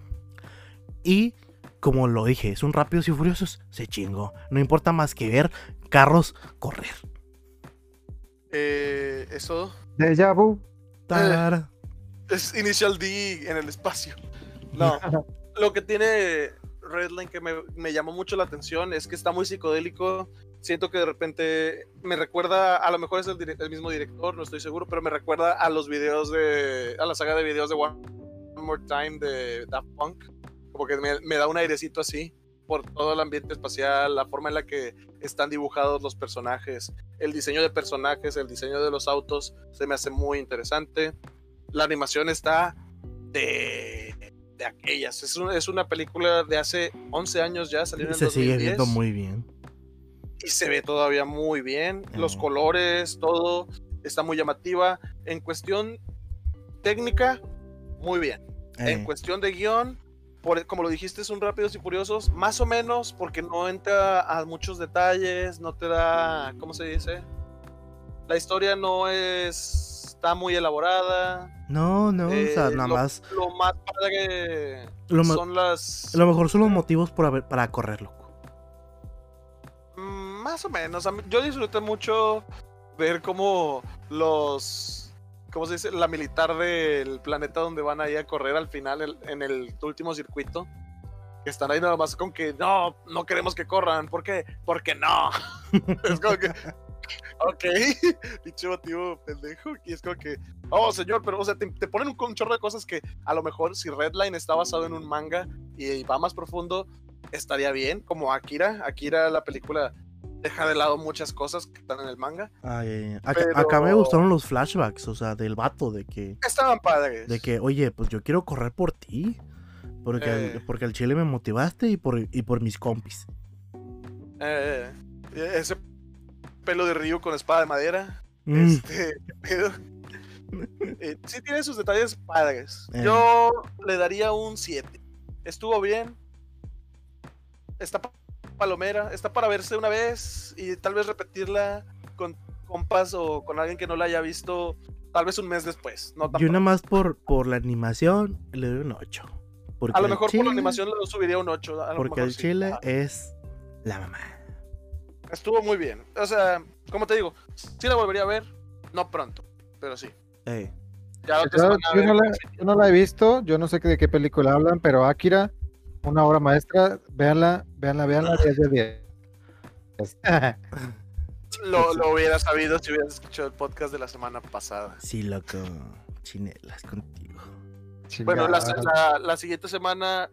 Speaker 1: Y, como lo dije, es un Rápidos y Furiosos. Se chingó. No importa más que ver carros correr.
Speaker 2: Eh, eso
Speaker 3: Deja vu.
Speaker 1: Tara.
Speaker 2: es Initial D en el espacio. No, lo que tiene Redline que me, me llamó mucho la atención es que está muy psicodélico. Siento que de repente me recuerda, a lo mejor es el, dire- el mismo director, no estoy seguro, pero me recuerda a los videos de, a la saga de videos de One More Time de Daft Punk. Como que me, me da un airecito así, por todo el ambiente espacial, la forma en la que están dibujados los personajes, el diseño de personajes, el diseño de los autos, se me hace muy interesante. La animación está de, de aquellas. Es, un- es una película de hace once años ya, salió en el
Speaker 1: Se sigue
Speaker 2: dos mil diez.
Speaker 1: viendo muy bien.
Speaker 2: Y se ve todavía muy bien. Los
Speaker 1: Eh.
Speaker 2: colores, todo está muy llamativa. En cuestión técnica, muy bien. En
Speaker 1: Eh,
Speaker 2: cuestión de guión, por, como lo dijiste, son Rápidos y Furiosos, más o menos, porque no entra a muchos detalles, no te da, ¿cómo se dice? La historia no es, está muy elaborada.
Speaker 1: no, no, o sea,
Speaker 2: Eh,
Speaker 1: nada
Speaker 2: lo,
Speaker 1: más.
Speaker 2: lo más padre
Speaker 1: Lo, ma-
Speaker 2: son las...
Speaker 1: lo mejor son los motivos por haber- para correr, loco.
Speaker 2: Mm, Más o menos. A mí- Yo disfruté mucho ver cómo los. ¿Cómo se dice? La militar del planeta donde van ahí a correr al final el- en el último circuito. Que están ahí nada más con que no, no queremos que corran. ¿Por qué? Porque no. Es como que. Ok, pinche motivo pendejo. Y es como que, oh señor, pero o sea, te, te ponen un, un chorro de cosas que a lo mejor si Redline está basado en un manga y, y va más profundo, estaría bien. Como Akira. Akira, la película, deja de lado muchas cosas que están en el manga.
Speaker 1: Ay, ay, ay. Acá,
Speaker 2: Pero-
Speaker 1: acá me gustaron los flashbacks, o sea, del vato, de que,
Speaker 2: Estaban padres.
Speaker 1: de que, oye, pues yo quiero correr por ti. Porque,
Speaker 2: Eh.
Speaker 1: al, porque al chile me motivaste y por, y por mis compis.
Speaker 2: Eh, ese pelo de Ryu con espada de madera.
Speaker 1: Mm,
Speaker 2: Este, ¿qué pedo? Eh, sí tiene sus detalles padres.
Speaker 1: Eh.
Speaker 2: Yo le daría un siete. Estuvo bien. Está pa- palomera. Está para verse una vez y tal vez repetirla con compas o con alguien que no la haya visto tal vez un mes después. No tan
Speaker 1: yo nada
Speaker 2: pronto.
Speaker 1: más por, por la animación le doy un ocho. Porque
Speaker 2: A lo
Speaker 1: el
Speaker 2: mejor por
Speaker 1: chile-
Speaker 2: la animación lo subiría un ocho. A lo
Speaker 1: Porque
Speaker 2: mejor
Speaker 1: el
Speaker 2: sí.
Speaker 1: chile
Speaker 2: Ajá.
Speaker 1: es la mamá.
Speaker 2: Estuvo muy bien. O sea, como te digo, sí la volvería a ver. No pronto, pero sí.
Speaker 1: Eh,
Speaker 2: Ya la otra
Speaker 3: Yo,
Speaker 2: semana a
Speaker 3: yo
Speaker 2: ver
Speaker 3: no la,
Speaker 2: qué hace.
Speaker 3: yo no la he visto, yo no sé de qué película hablan, pero Akira, una obra maestra, véanla, véanla, véanla, diez de diez.
Speaker 2: Lo, lo hubiera sabido si hubieras escuchado el podcast de la semana pasada.
Speaker 1: sí, loco. Chinelas contigo.
Speaker 2: Bueno, la,
Speaker 3: Chingada.
Speaker 2: la- la siguiente semana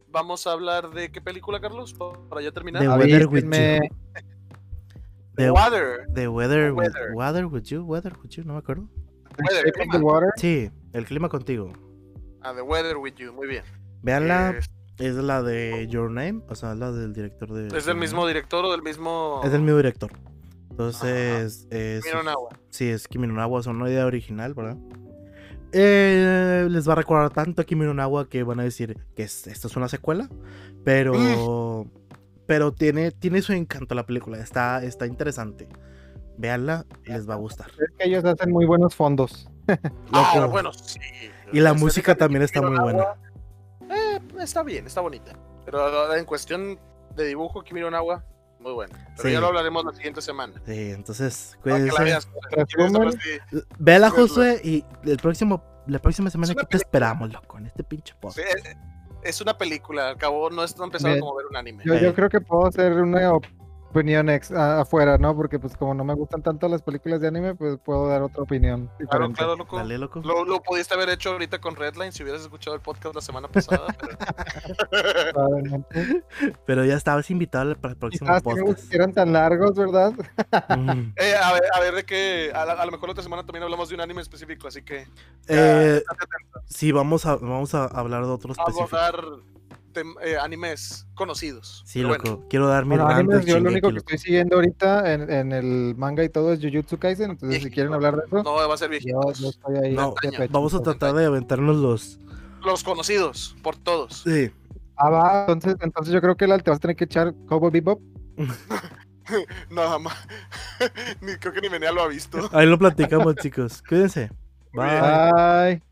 Speaker 2: vamos a hablar de qué película, Carlos, para ya terminar.
Speaker 1: The Weather with
Speaker 3: Avísenme.
Speaker 1: You.
Speaker 2: The Water.
Speaker 1: The Weather, with,
Speaker 2: Weather.
Speaker 1: weather with You, Weather with You, no me acuerdo.
Speaker 3: The
Speaker 2: Weather,
Speaker 3: Shape of
Speaker 2: clima.
Speaker 3: the Water.
Speaker 1: Sí, El clima contigo.
Speaker 2: Ah, The Weather with You, muy bien.
Speaker 1: Veanla,
Speaker 2: Es,
Speaker 1: es la de Your Name, o sea, es la del director de...
Speaker 2: es del mismo director o del mismo.
Speaker 1: Es del mismo director. Entonces, es,
Speaker 2: Kimi no Na wa.
Speaker 1: sí, es Kimi no Na wa, es una idea original, ¿verdad? Eh, les va a recordar tanto a Kimi no Na wa que van a decir que es- esto es una secuela, pero pero tiene, tiene su encanto la película, está, está interesante. Véanla, les va a gustar.
Speaker 3: Es que ellos hacen muy buenos fondos.
Speaker 2: Ah,
Speaker 1: Loco.
Speaker 2: bueno, sí.
Speaker 1: Y la
Speaker 2: estética
Speaker 1: música
Speaker 2: de
Speaker 1: también está
Speaker 2: Kimi no
Speaker 1: muy
Speaker 2: Na
Speaker 1: buena.
Speaker 2: wa, Eh, está bien, está bonita. Pero en cuestión de dibujo, Kimi no Na wa, muy buena. Pero
Speaker 1: Sí.
Speaker 2: ya lo hablaremos la siguiente semana.
Speaker 1: Sí, entonces,
Speaker 2: Para que la
Speaker 1: cuídense.
Speaker 2: veas.
Speaker 3: Resumen.
Speaker 2: Sí,
Speaker 1: Véala,
Speaker 2: Verla.
Speaker 1: Josué, y el próximo, la próxima semana
Speaker 2: Es una
Speaker 1: aquí te esperamos, loco, en este pinche
Speaker 2: sí,
Speaker 1: podcast.
Speaker 2: es- es una película, al cabo no es tan pesado
Speaker 3: Bien.
Speaker 2: como ver un anime.
Speaker 3: Yo,
Speaker 1: Eh.
Speaker 3: yo creo que puedo hacer una opinión ex, a- afuera, ¿no? Porque pues como no me gustan tanto las películas de anime, pues puedo dar otra opinión
Speaker 2: Claro,
Speaker 3: diferente.
Speaker 2: claro, loco.
Speaker 1: Dale, loco.
Speaker 2: Lo, lo pudiste haber hecho ahorita con Redline si hubieras escuchado el podcast la semana pasada. pero-
Speaker 3: Probablemente.
Speaker 1: Pero ya estabas invitado para el próximo
Speaker 3: Quizás si me
Speaker 1: podcast.
Speaker 3: eran tan largos, ¿verdad?
Speaker 1: Mm.
Speaker 2: Eh, a, ver, a ver de qué. A, la- a lo mejor la otra semana también hablamos de un anime específico, así que. ya,
Speaker 1: Eh,
Speaker 2: estate atento.
Speaker 1: sí, vamos a, vamos a hablar de otros
Speaker 2: A
Speaker 1: específicos.
Speaker 2: abordar tem- eh, animes conocidos.
Speaker 1: Sí,
Speaker 2: Pero
Speaker 1: loco.
Speaker 2: bueno,
Speaker 1: Quiero dar mi
Speaker 3: Bueno,
Speaker 1: rant
Speaker 3: animes,
Speaker 1: de
Speaker 3: yo lo único
Speaker 1: Shingeki,
Speaker 3: que
Speaker 1: loco.
Speaker 3: estoy siguiendo ahorita en, en el manga y todo es Jujutsu Kaisen, entonces si quieren hablar de eso,
Speaker 2: no va a ser
Speaker 3: yo,
Speaker 2: viejitos.
Speaker 3: yo estoy ahí.
Speaker 1: No,
Speaker 3: de pechito.
Speaker 1: Vamos a tratar de aventarnos los.
Speaker 2: Los conocidos, por todos.
Speaker 1: Sí.
Speaker 3: Ah, va, entonces, entonces yo creo que la- te vas a tener que echar Cowboy Bebop.
Speaker 2: Nada más. ni, creo que ni Menea lo ha visto.
Speaker 1: Ahí lo platicamos, chicos. Cuídense.
Speaker 2: Muy
Speaker 1: Bye.
Speaker 2: bien.
Speaker 3: Bye.